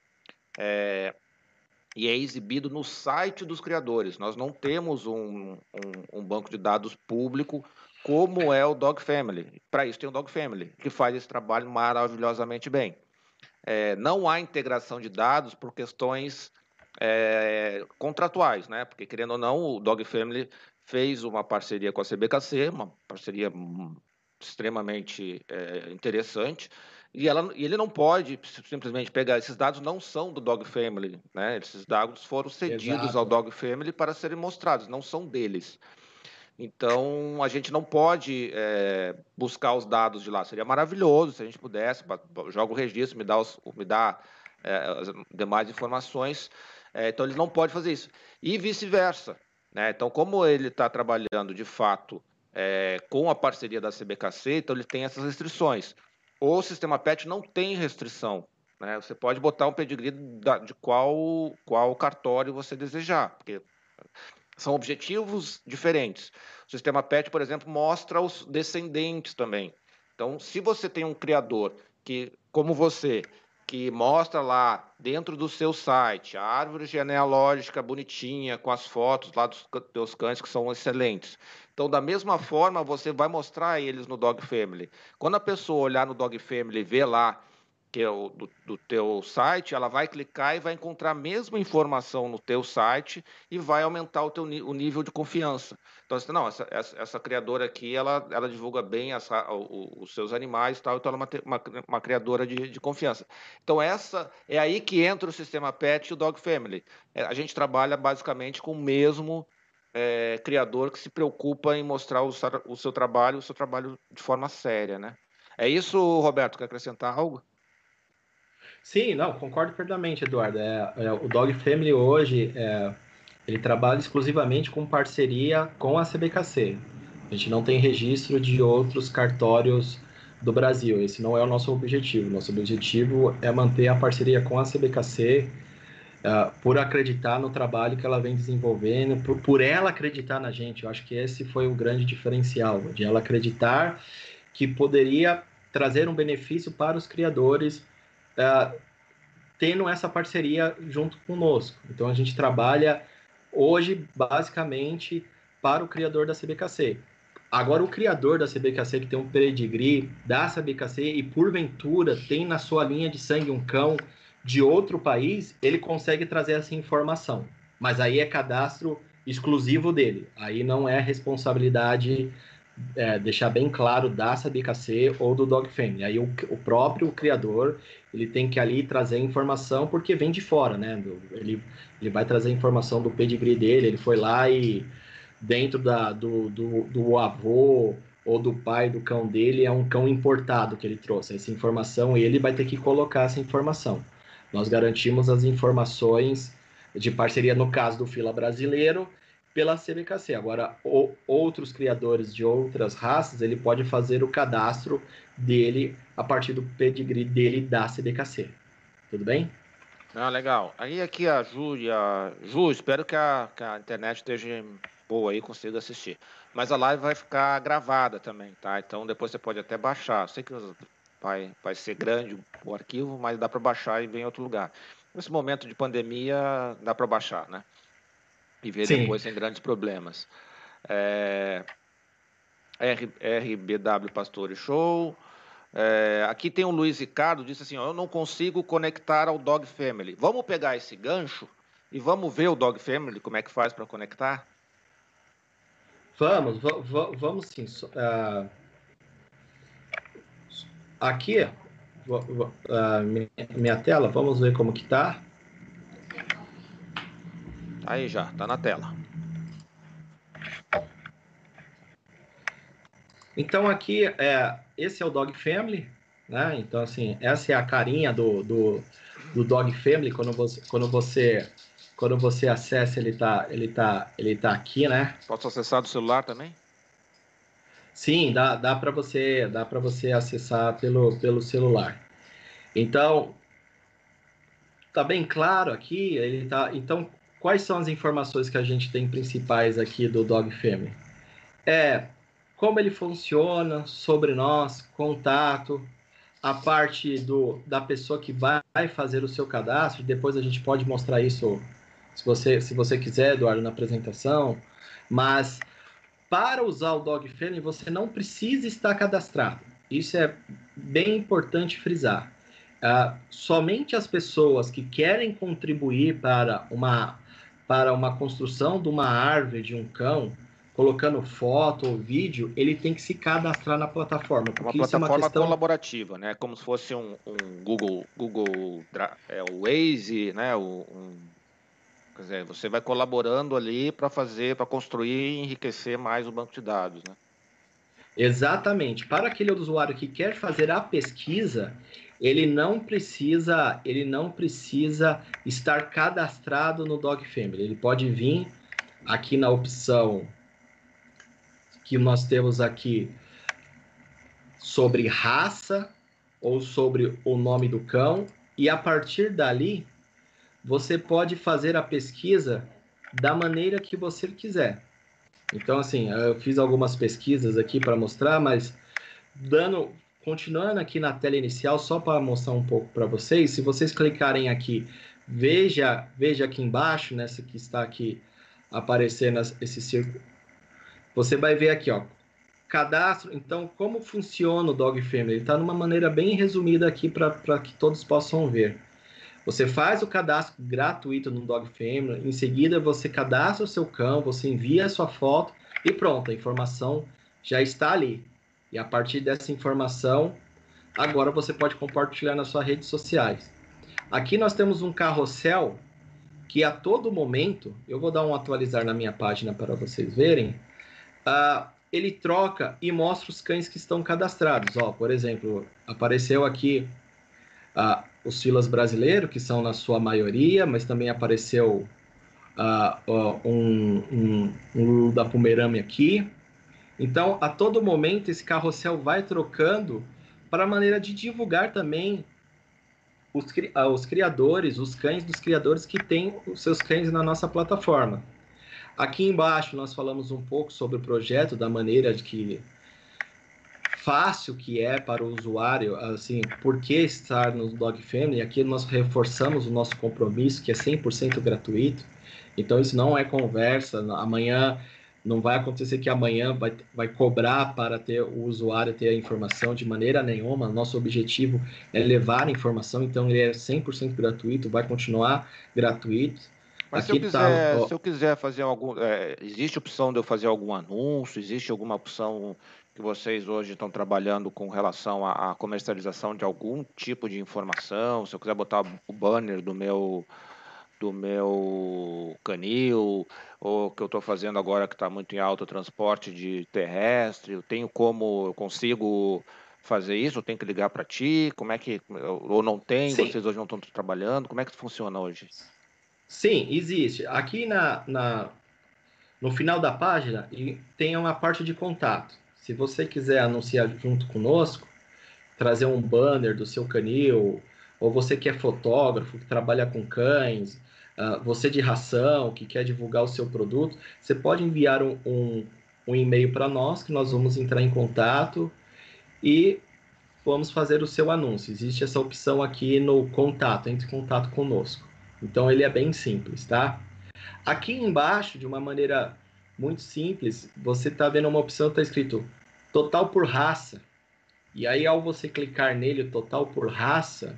e é exibido no site dos criadores. Nós não temos um banco de dados público como é o Dog Family. Para isso tem o Dog Family, que faz esse trabalho maravilhosamente bem. Não há integração de dados por questões contratuais, né? Porque, querendo ou não, o Dog Family fez uma parceria com a CBKC, uma parceria extremamente interessante, e ele não pode simplesmente pegar esses dados, não são do Dog Family, né? Esses dados foram cedidos ao Dog Family para serem mostrados, não são deles. Então, a gente não pode buscar os dados de lá. Seria maravilhoso se a gente pudesse, joga o registro, me dá as demais informações. Então, ele não pode fazer isso. E vice-versa, né? Então, como ele está trabalhando, de fato, com a parceria da CBKC, então ele tem essas restrições. O sistema PET não tem restrição, né? Você pode botar um pedigree de qual cartório você desejar, porque são objetivos diferentes. O sistema PET, por exemplo, mostra os descendentes também. Então, se você tem um criador que, como você, que mostra lá dentro do seu site a árvore genealógica bonitinha, com as fotos lá dos teus cães que são excelentes. Então, da mesma forma, você vai mostrar eles no Dog Family. Quando a pessoa olhar no Dog Family e ver lá que é do teu site, ela vai clicar e vai encontrar a mesma informação no teu site e vai aumentar o nível de confiança. Então, não, essa criadora aqui, ela divulga bem os seus animais, tal, então ela é uma criadora de confiança. Então, é aí que entra o sistema PET e o Dog Family. A gente trabalha basicamente com o mesmo criador que se preocupa em mostrar o seu trabalho de forma séria, né? É isso, Roberto, quer acrescentar algo? Sim, não, concordo plenamente, Eduardo. O Dog Family hoje, ele trabalha exclusivamente com parceria com a CBKC. A gente não tem registro de outros cartórios do Brasil. Esse não é o nosso objetivo. Nosso objetivo é manter a parceria com a CBKC, por acreditar no trabalho que ela vem desenvolvendo, por ela acreditar na gente. Eu acho que esse foi o grande diferencial, de ela acreditar que poderia trazer um benefício para os criadores, tendo essa parceria junto conosco. Então a gente trabalha hoje basicamente para o criador da CBKC. Agora, o criador da CBKC que tem um pedigree da CBKC e porventura tem na sua linha de sangue um cão de outro país, ele consegue trazer essa informação. Mas aí é cadastro exclusivo dele. Aí não é responsabilidade, deixar bem claro, da CBKC ou do Dog Family. Aí o próprio criador, ele tem que ali trazer informação porque vem de fora, né? Ele vai trazer informação do pedigree dele, ele foi lá e dentro do avô ou do pai do cão dele é um cão importado que ele trouxe essa informação e ele vai ter que colocar essa informação. Nós garantimos as informações de parceria, no caso do Fila Brasileiro, pela CBKC. Agora, outros criadores de outras raças, ele pode fazer o cadastro dele a partir do pedigree dele da CBKC. Tudo bem? Ah, legal. Aí aqui a Ju, espero que a internet esteja boa aí, consiga assistir. Mas a live vai ficar gravada também, tá? Então depois você pode até baixar. Eu sei que vai ser grande o arquivo, mas dá para baixar e ver em outro lugar. Nesse momento de pandemia, dá para baixar, né? E ver Sim. depois sem grandes problemas. RBW Pastore Show. Aqui tem o Luiz Ricardo, disse assim, eu não consigo conectar ao Dog Family. Vamos pegar esse gancho e vamos ver o Dog Family, como é que faz para conectar? Vamos sim. Aqui, minha tela, vamos ver como que tá. Aí já, tá na tela. Então aqui, esse é o Dog Family, né? Então assim, essa é a carinha do Dog Family, quando você acessa, ele tá aqui, né? Posso acessar do celular também? Sim, dá para você acessar pelo celular. Então, tá bem claro aqui, então, quais são as informações que a gente tem principais aqui do Dog Family? Como ele funciona, sobre nós, contato, a parte da pessoa que vai fazer o seu cadastro, depois a gente pode mostrar isso se você quiser, Eduardo, na apresentação, mas para usar o Dog Family você não precisa estar cadastrado. Isso é bem importante frisar. Somente as pessoas que querem contribuir para uma construção de uma árvore de um cão, colocando foto ou vídeo, ele tem que se cadastrar na plataforma. Porque uma plataforma colaborativa, né? Como se fosse um Google o Waze, né? Quer dizer, você vai colaborando ali para construir e enriquecer mais o banco de dados, né? Exatamente. Para aquele usuário que quer fazer a pesquisa, ele não precisa estar cadastrado no Dog Family. Ele pode vir aqui na opção que nós temos aqui sobre raça ou sobre o nome do cão, e a partir dali você pode fazer a pesquisa da maneira que você quiser. Então, assim, eu fiz algumas pesquisas aqui para mostrar, mas continuando aqui na tela inicial, só para mostrar um pouco para vocês, se vocês clicarem aqui, veja aqui embaixo, nessa que está aqui aparecendo esse círculo, você vai ver aqui, ó, cadastro. Então, como funciona o Dog Family? Ele está numa maneira bem resumida aqui para que todos possam ver. Você faz o cadastro gratuito no Dog Family, em seguida você cadastra o seu cão, você envia a sua foto e pronto, a informação já está ali. E a partir dessa informação, agora você pode compartilhar nas suas redes sociais. Aqui nós temos um carrossel que a todo momento, eu vou dar um atualizar na minha página para vocês verem, ele troca e mostra os cães que estão cadastrados. Ó, por exemplo, apareceu aqui os filas brasileiros, que são na sua maioria, mas também apareceu um Lulu da Pomerâmia aqui. Então, a todo momento, esse carrossel vai trocando para a maneira de divulgar também os criadores, os cães dos criadores que têm os seus cães na nossa plataforma. Aqui embaixo nós falamos um pouco sobre o projeto, da maneira de que fácil que é para o usuário, assim, por que estar no Dog Family. Aqui nós reforçamos o nosso compromisso, que é 100% gratuito. Então isso não é conversa, amanhã não vai acontecer que amanhã vai cobrar para ter o usuário ter a informação de maneira nenhuma. Nosso objetivo é levar a informação, então ele é 100% gratuito, vai continuar gratuito. Mas Aqui se eu quiser fazer existe opção de eu fazer algum anúncio? Existe alguma opção que vocês hoje estão trabalhando com relação à comercialização de algum tipo de informação? Se eu quiser botar o banner do meu canil, ou que eu estou fazendo agora que está muito em alta, transporte de terrestre, eu consigo fazer isso? Eu tenho que ligar para ti? Como é que, ou não tem? sim, Vocês hoje não estão trabalhando? Como é que funciona hoje? sim, existe. Aqui no final da página tem uma parte de contato. Se você quiser anunciar junto conosco, trazer um banner do seu canil, ou você que é fotógrafo, que trabalha com cães, você de ração, que quer divulgar o seu produto, você pode enviar um e-mail para nós, que nós vamos entrar em contato e vamos fazer o seu anúncio. Existe essa opção aqui no contato, entre em contato conosco. Então ele é bem simples, tá? Aqui embaixo, de uma maneira muito simples, você está vendo uma opção que está escrito total por raça. E aí, ao você clicar nele, total por raça,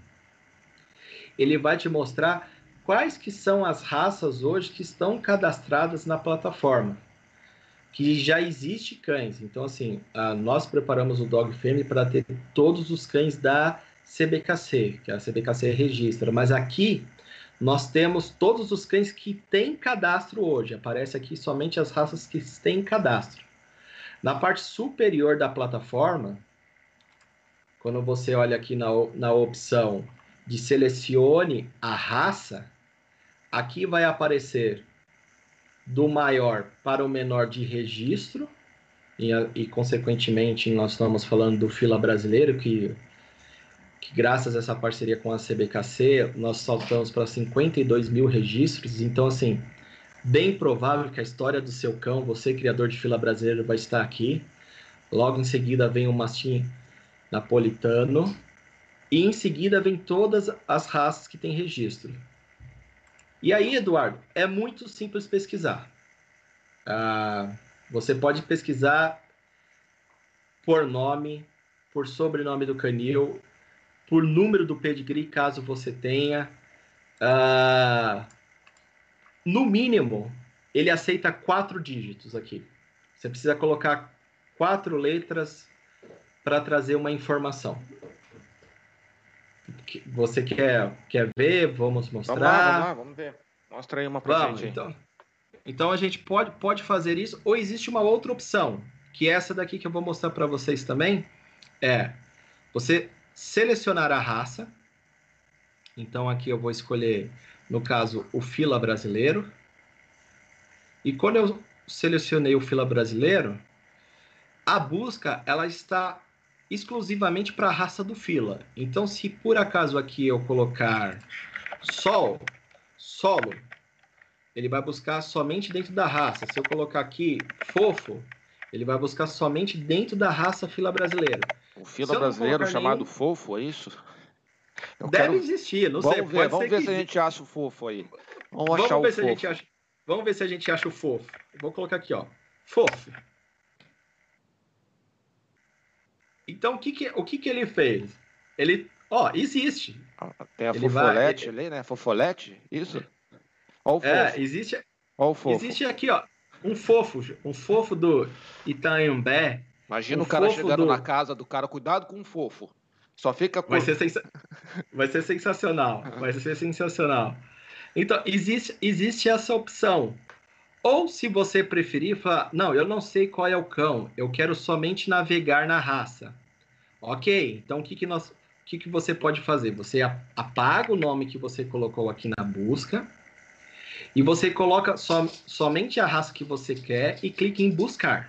ele vai te mostrar quais que são as raças hoje que estão cadastradas na plataforma, que já existe cães. Então, assim, nós preparamos o Dog Family para ter todos os cães da CBKC, que a CBKC registra. Mas aqui nós temos todos os cães que têm cadastro hoje. Aparece aqui somente as raças que têm cadastro. Na parte superior da plataforma, quando você olha aqui na opção de selecione a raça, aqui vai aparecer do maior para o menor de registro, e consequentemente nós estamos falando do fila brasileiro, que graças a essa parceria com a CBKC, nós saltamos para 52 mil registros. Então, assim, bem provável que a história do seu cão, você criador de fila brasileiro, vai estar aqui. Logo em seguida vem o mastim napolitano, e em seguida vem todas as raças que tem registro. E aí, Eduardo, é muito simples pesquisar. Você pode pesquisar por nome, por sobrenome do canil, por número do pedigree, caso você tenha. No mínimo, ele aceita 4 dígitos aqui. Você precisa colocar 4 letras para trazer uma informação. Você quer ver? Vamos mostrar. Vamos ver. Mostra aí uma pra gente. Então a gente pode fazer isso, ou existe uma outra opção, que é essa daqui que eu vou mostrar para vocês também, é você selecionar a raça. Então aqui eu vou escolher, no caso, o fila brasileiro. E quando eu selecionei o fila brasileiro, a busca ela está exclusivamente para a raça do fila. Então, se por acaso aqui eu colocar solo, ele vai buscar somente dentro da raça. Se eu colocar aqui fofo, ele vai buscar somente dentro da raça fila brasileira. O fila brasileiro chamado fofo, é isso? Deve existir, não sei. Vamos ver se a gente acha o fofo aí. Vamos ver se a gente acha o fofo. Vou colocar aqui, ó. Fofo. Então, o que ele fez? Ele, existe. Tem a fofolete ali, né? Fofolete? Isso? Ó o fofo. Existe. Ó o fofo. Existe aqui, ó, um fofo do Itanhambé. Imagina o cara chegando na casa do cara, cuidado com o fofo. Só fica com... Vai ser sensacional. Vai ser sensacional. Então, existe essa opção. Ou, se você preferir, falar, não, eu não sei qual é o cão, eu quero somente navegar na raça. Ok, então o que que você pode fazer? Você apaga o nome que você colocou aqui na busca e você coloca somente a raça que você quer e clica em buscar.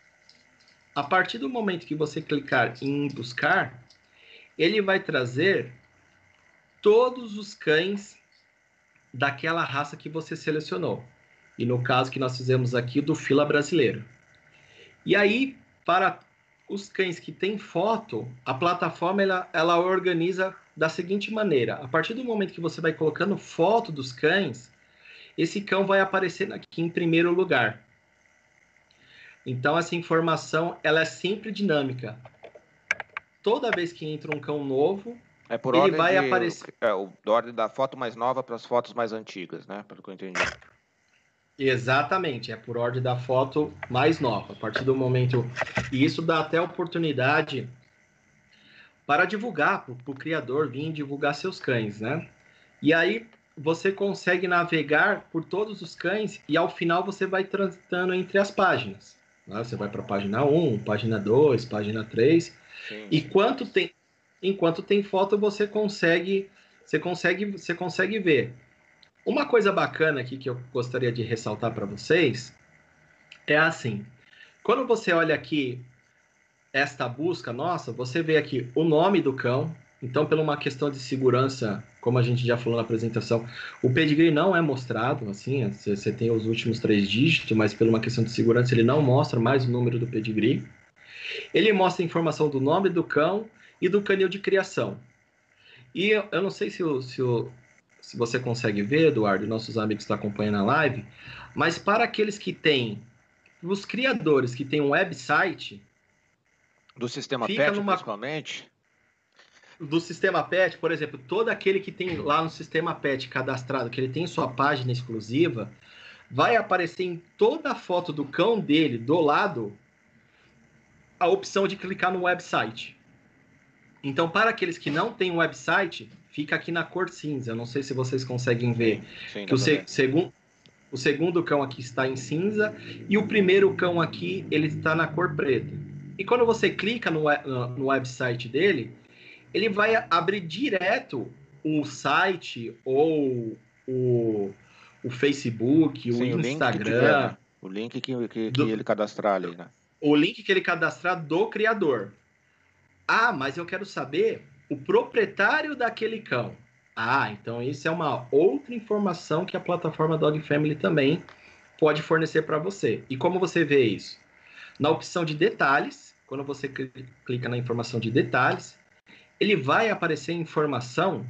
A partir do momento que você clicar em buscar, ele vai trazer todos os cães daquela raça que você selecionou. E no caso que nós fizemos aqui, do fila brasileiro. E aí, para os cães que têm foto, a plataforma ela organiza da seguinte maneira. A partir do momento que você vai colocando foto dos cães, esse cão vai aparecer aqui em primeiro lugar. Então, essa informação ela é sempre dinâmica. Toda vez que entra um cão novo, ele vai aparecer... ordem da foto mais nova para as fotos mais antigas, né? Pelo que eu entendi. Exatamente, é por ordem da foto mais nova. A partir do momento... E isso dá até oportunidade para divulgar, para o criador vir divulgar seus cães, né? E aí você consegue navegar por todos os cães e ao final você vai transitando entre as páginas. Né? Você vai para a página 1, página 2, página 3. Sim. Enquanto tem foto, você consegue ver. Uma coisa bacana aqui que eu gostaria de ressaltar para vocês é assim. Quando você olha aqui esta busca nossa, você vê aqui o nome do cão. Então, por uma questão de segurança, como a gente já falou na apresentação, o pedigree não é mostrado, assim, você tem os últimos 3 dígitos, mas por uma questão de segurança ele não mostra mais o número do pedigree. Ele mostra a informação do nome do cão e do canil de criação. E eu não sei se você consegue ver, Eduardo, e nossos amigos que estão acompanhando a live, mas para aqueles que têm, os criadores que têm um website... Do sistema PET, principalmente? Do sistema PET, por exemplo, todo aquele que tem lá no sistema PET cadastrado, que ele tem sua página exclusiva, vai aparecer em toda a foto do cão dele, do lado, a opção de clicar no website. Então, para aqueles que não têm um website, fica aqui na cor cinza. Eu não sei se vocês conseguem ver. Sim, que o segundo cão aqui está em cinza e o primeiro cão aqui ele está na cor preta. E quando você clica no website dele, ele vai abrir direto o site ou o Facebook, sim, o Instagram. O link que ele cadastrar ali, né? O link que ele cadastrar do criador. Ah, mas eu quero saber o proprietário daquele cão. Ah, então isso é uma outra informação que a plataforma Dog Family também pode fornecer para você. E como você vê isso? Na opção de detalhes, quando você clica na informação de detalhes, ele vai aparecer informação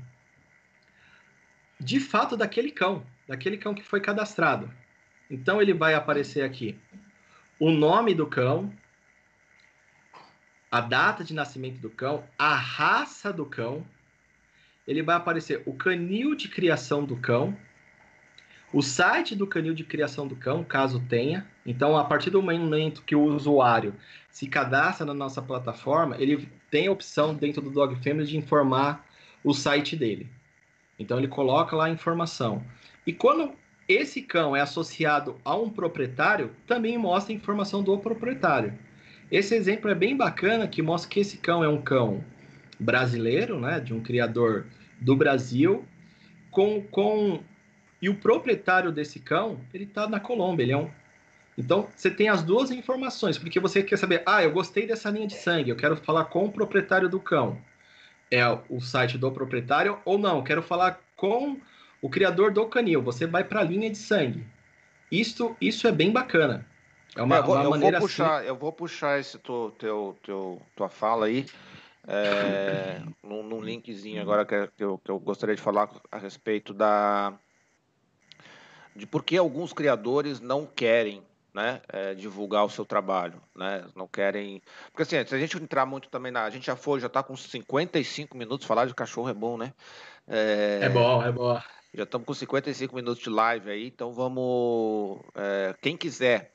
de fato daquele cão que foi cadastrado. Então ele vai aparecer aqui o nome do cão, a data de nascimento do cão, a raça do cão, ele vai aparecer o canil de criação do cão, o site do canil de criação do cão, caso tenha. Então, a partir do momento que o usuário se cadastra na nossa plataforma, ele tem a opção dentro do Dog Family de informar o site dele. Então, ele coloca lá a informação. E quando esse cão é associado a um proprietário, também mostra a informação do proprietário. Esse exemplo é bem bacana, que mostra que esse cão é um cão brasileiro, né, de um criador do Brasil, e o proprietário desse cão, ele está na Colômbia. Então, você tem as duas informações, porque você quer saber, eu gostei dessa linha de sangue, eu quero falar com o proprietário do cão. É o site do proprietário, ou não, eu quero falar com o criador do canil. Você vai para a linha de sangue. Isso é bem bacana. É uma maneira eu vou puxar esse tua fala aí, num linkzinho agora que eu gostaria de falar a respeito de por que alguns criadores não querem, né, divulgar o seu trabalho, né? Não querem... Porque assim, se a gente entrar muito também a gente já está com 55 minutos, falar de cachorro é bom, né? É bom. Já estamos com 55 minutos de live aí, então vamos... Quem quiser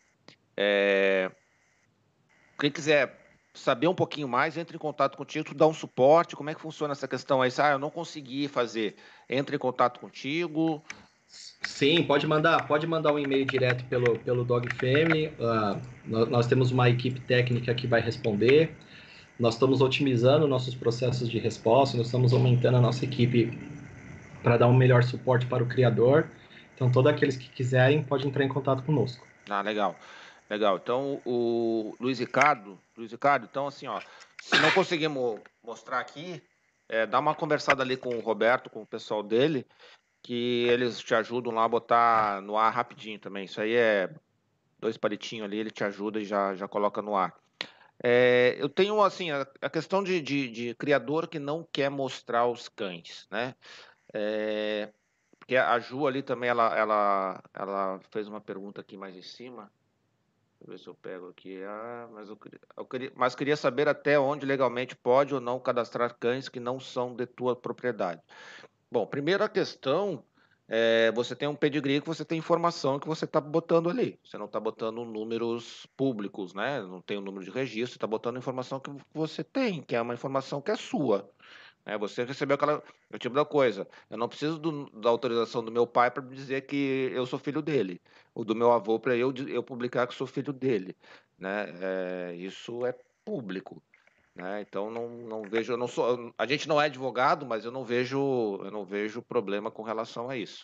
saber um pouquinho mais, entre em contato contigo, tu dá um suporte, como é que funciona essa questão aí? Eu não consegui fazer, entre em contato contigo. Sim, pode mandar um e-mail direto pelo Dog Family, nós temos uma equipe técnica que vai responder. nós estamos otimizando nossos processos de resposta, nós estamos aumentando a nossa equipe para dar um melhor suporte para o criador. Então, todos aqueles que quiserem podem entrar em contato conosco. Ah, legal. Legal. Então, o Luiz Ricardo, então, assim, ó, se não conseguimos mostrar aqui, dá uma conversada ali com o Roberto, com o pessoal dele, que eles te ajudam lá a botar no ar rapidinho também. Isso aí é 2 palitinhos ali, ele te ajuda e já coloca no ar. Eu tenho, assim, a questão de criador que não quer mostrar os cães, né? Porque a Ju ali também, ela fez uma pergunta aqui mais em cima. Deixa eu ver se eu pego aqui. Mas queria saber até onde legalmente pode ou não cadastrar cães que não são de tua propriedade. Bom, primeira questão, você tem um pedigree que você tem informação que você está botando ali. Você não está botando números públicos, né? Não tem o número de registro, está botando informação que você tem, que é uma informação que é sua. Você recebeu aquela. É o tipo da coisa. Eu não preciso da autorização do meu pai para dizer que eu sou filho dele. Ou do meu avô para eu publicar que sou filho dele. Né? Isso é público. Né? Então não vejo. Eu não sou, a gente não é advogado, mas eu não vejo problema com relação a isso.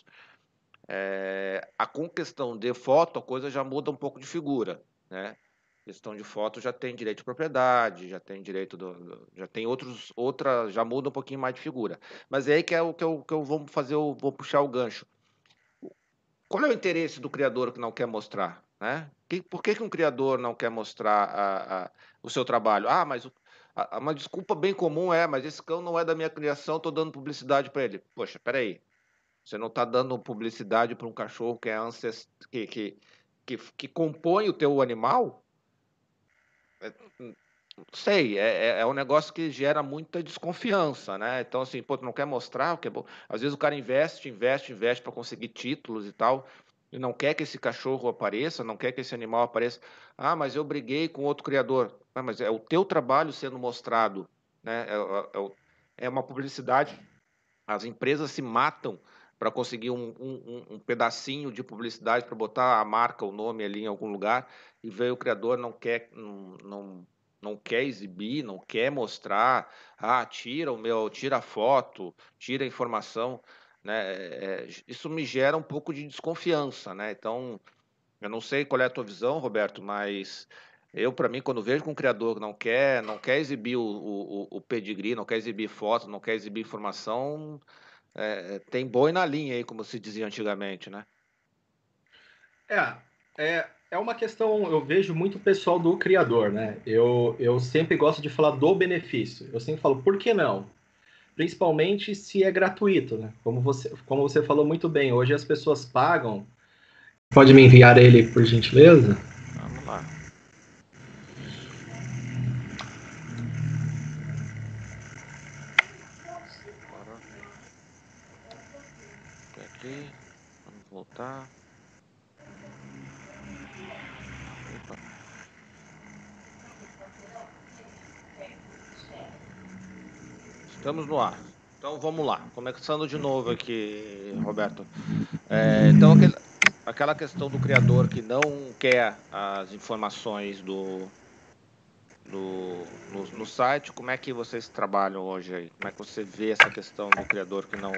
Com questão de foto, a coisa já muda um pouco de figura. Né? Questão de foto já tem direito de propriedade, já tem direito já tem já muda um pouquinho mais de figura. Mas é aí que é o que eu vou fazer, eu vou puxar o gancho. Qual é o interesse do criador que não quer mostrar, né? Por que um criador não quer mostrar o seu trabalho? Mas uma desculpa bem comum mas esse cão não é da minha criação, estou dando publicidade para ele. Poxa, peraí, você não está dando publicidade para um cachorro que é que compõe o teu animal? Sei, é um negócio que gera muita desconfiança, né? Então, assim, pô, tu não quer mostrar o que é bom. Às vezes o cara investe para conseguir títulos e tal, e não quer que esse cachorro apareça, não quer que esse animal apareça. Mas eu briguei com outro criador. Mas é o teu trabalho sendo mostrado, né? É uma publicidade. As empresas se matam para conseguir um pedacinho de publicidade para botar a marca, o nome ali em algum lugar, e veio o criador, não quer exibir, não quer mostrar, tira a foto, tira a informação, né? Isso me gera um pouco de desconfiança, né? Então, eu não sei qual é a tua visão, Roberto, mas para mim, quando vejo que um criador não quer exibir o pedigree, não quer exibir foto, não quer exibir informação, tem boi na linha aí, como se dizia antigamente, né? É uma questão, eu vejo muito pessoal do criador, né? Eu sempre gosto de falar do benefício. Eu sempre falo, por que não? Principalmente se é gratuito, né? Como você falou muito bem, hoje as pessoas pagam. Pode me enviar ele, por gentileza? Vamos lá. Agora, aqui, vamos voltar. Opa. Estamos no ar. Então vamos lá. Começando de novo aqui, Roberto. Então aquela questão do criador que não quer as informações no site, como é que vocês trabalham hoje aí? Como é que você vê essa questão do criador que não...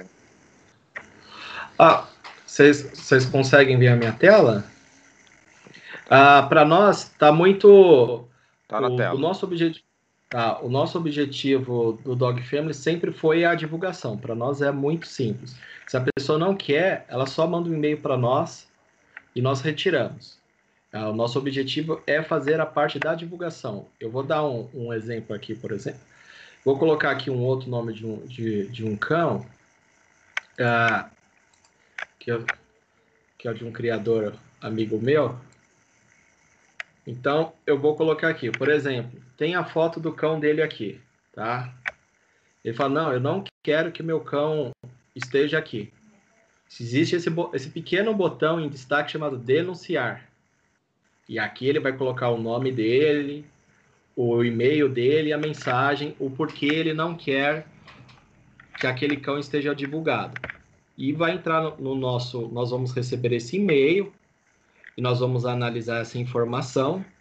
Vocês conseguem ver a minha tela? Para nós, está muito... Tá na tela. O nosso objetivo do Dog Family sempre foi a divulgação. Para nós é muito simples. Se a pessoa não quer, ela só manda um e-mail para nós e nós retiramos. O nosso objetivo é fazer a parte da divulgação. Eu vou dar um exemplo aqui, por exemplo. Vou colocar aqui um outro nome de um cão, que é de um criador amigo meu. Então, eu vou colocar aqui, por exemplo, tem a foto do cão dele aqui, tá? Ele fala, não, eu não quero que meu cão esteja aqui. Existe esse pequeno botão em destaque chamado denunciar. E aqui ele vai colocar o nome dele, o e-mail dele, a mensagem, o porquê ele não quer que aquele cão esteja divulgado. E vai entrar no nosso... Nós vamos receber esse e-mail e nós vamos analisar essa informação.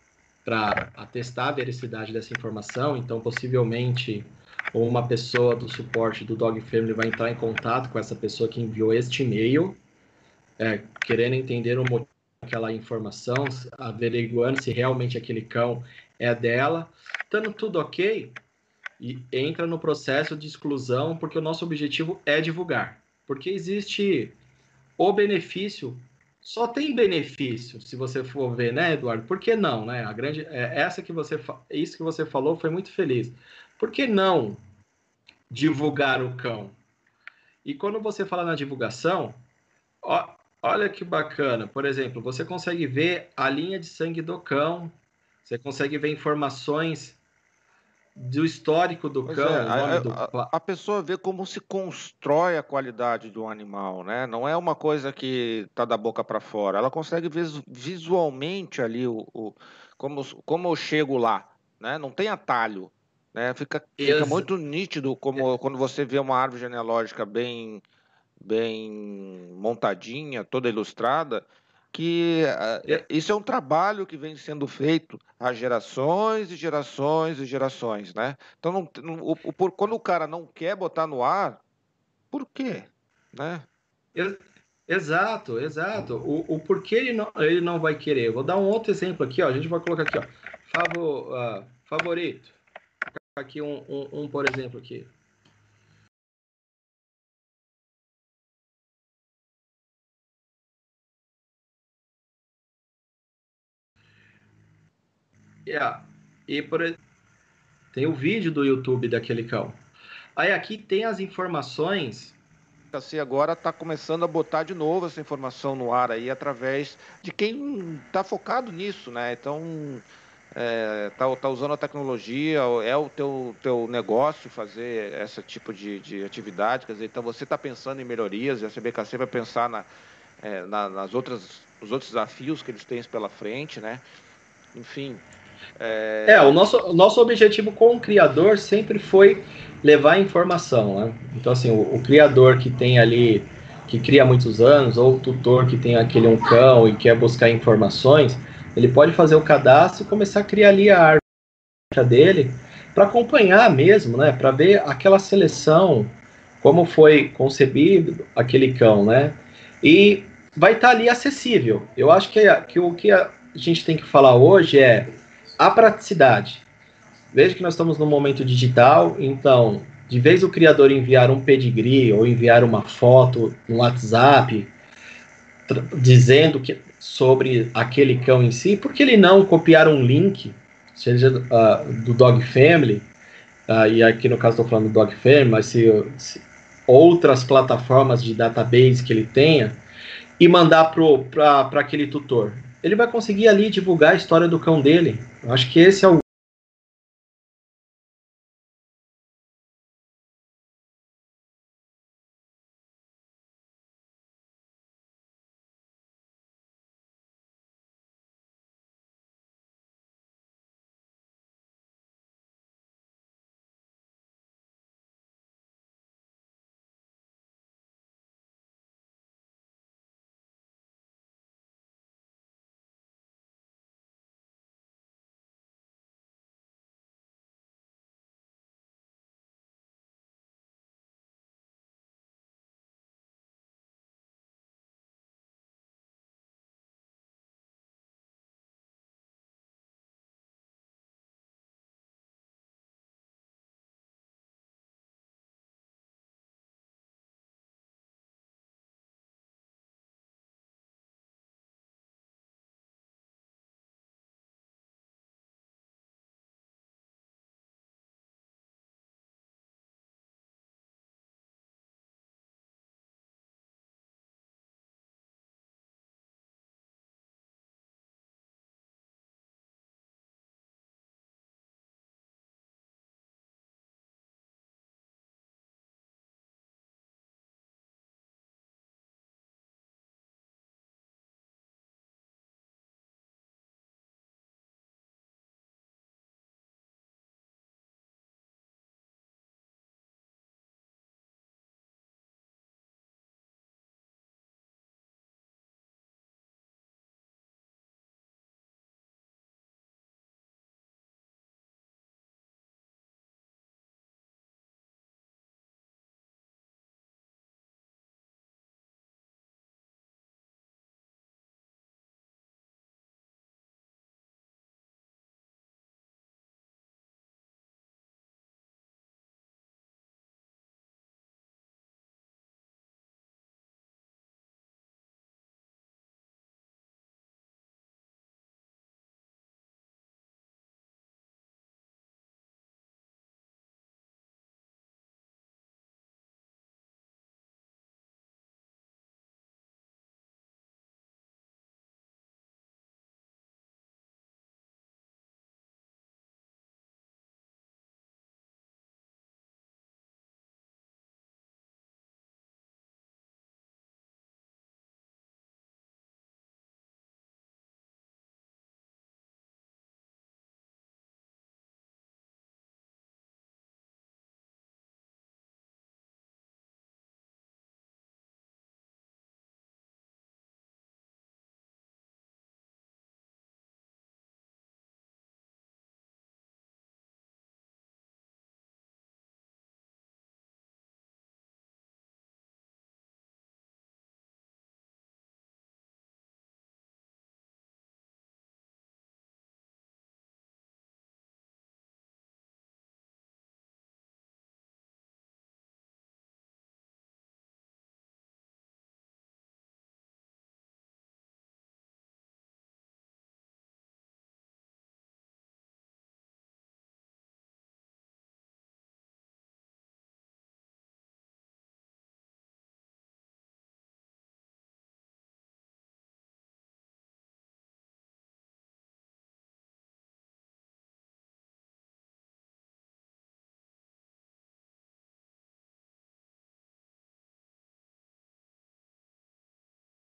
para atestar a veracidade dessa informação. Então, possivelmente, uma pessoa do suporte do Dog Family vai entrar em contato com essa pessoa que enviou este e-mail, querendo entender o motivo daquela informação, averiguando se realmente aquele cão é dela. Estando tudo ok, e entra no processo de exclusão, porque o nosso objetivo é divulgar. Porque existe o benefício, só tem benefício, se você for ver, né, Eduardo? Por que não, né? Isso que você falou foi muito feliz. Por que não divulgar o cão? E quando você fala na divulgação, olha que bacana. Por exemplo, você consegue ver a linha de sangue do cão, você consegue ver informações do histórico do cão, o nome do... A pessoa vê como se constrói a qualidade do animal, né? Não é uma coisa que está da boca para fora. Ela consegue ver visualmente ali como eu chego lá, né? Não tem atalho, né? Fica muito nítido quando você vê uma árvore genealógica bem montadinha, toda ilustrada, que isso é um trabalho que vem sendo feito há gerações e gerações e gerações, né? Então, quando o cara não quer botar no ar, por quê? Né? Exato. O porquê ele não vai querer. Eu vou dar um outro exemplo aqui, ó. A gente vai colocar aqui, ó. Favorito. Vou colocar aqui por exemplo, aqui. Tem o vídeo do YouTube daquele cão. Aí aqui tem as informações. Assim, agora está começando a botar de novo essa informação no ar aí através de quem está focado nisso, né? Então tá usando a tecnologia, é o teu negócio fazer esse tipo de atividade, quer dizer, então você está pensando em melhorias, e a CBKC vai pensar nos outros desafios que eles têm pela frente, né? Enfim. O nosso objetivo com o criador sempre foi levar informação, né? Então, assim, o criador que tem ali, que cria há muitos anos, ou o tutor que tem aquele cão e quer buscar informações, ele pode fazer o cadastro e começar a criar ali a árvore dele para acompanhar mesmo, né? Para ver aquela seleção, como foi concebido aquele cão, né? E vai estar ali acessível. Eu acho que o que a gente tem que falar hoje é a praticidade. Veja que nós estamos num momento digital, então, de vez o criador enviar um pedigree ou enviar uma foto no WhatsApp dizendo sobre aquele cão em si, por que ele não copiar um link, seja do Dog Family, e aqui no caso estou falando do Dog Family, mas se outras plataformas de database que ele tenha, e mandar para aquele tutor? Ele vai conseguir ali divulgar a história do cão dele. Eu acho que esse é o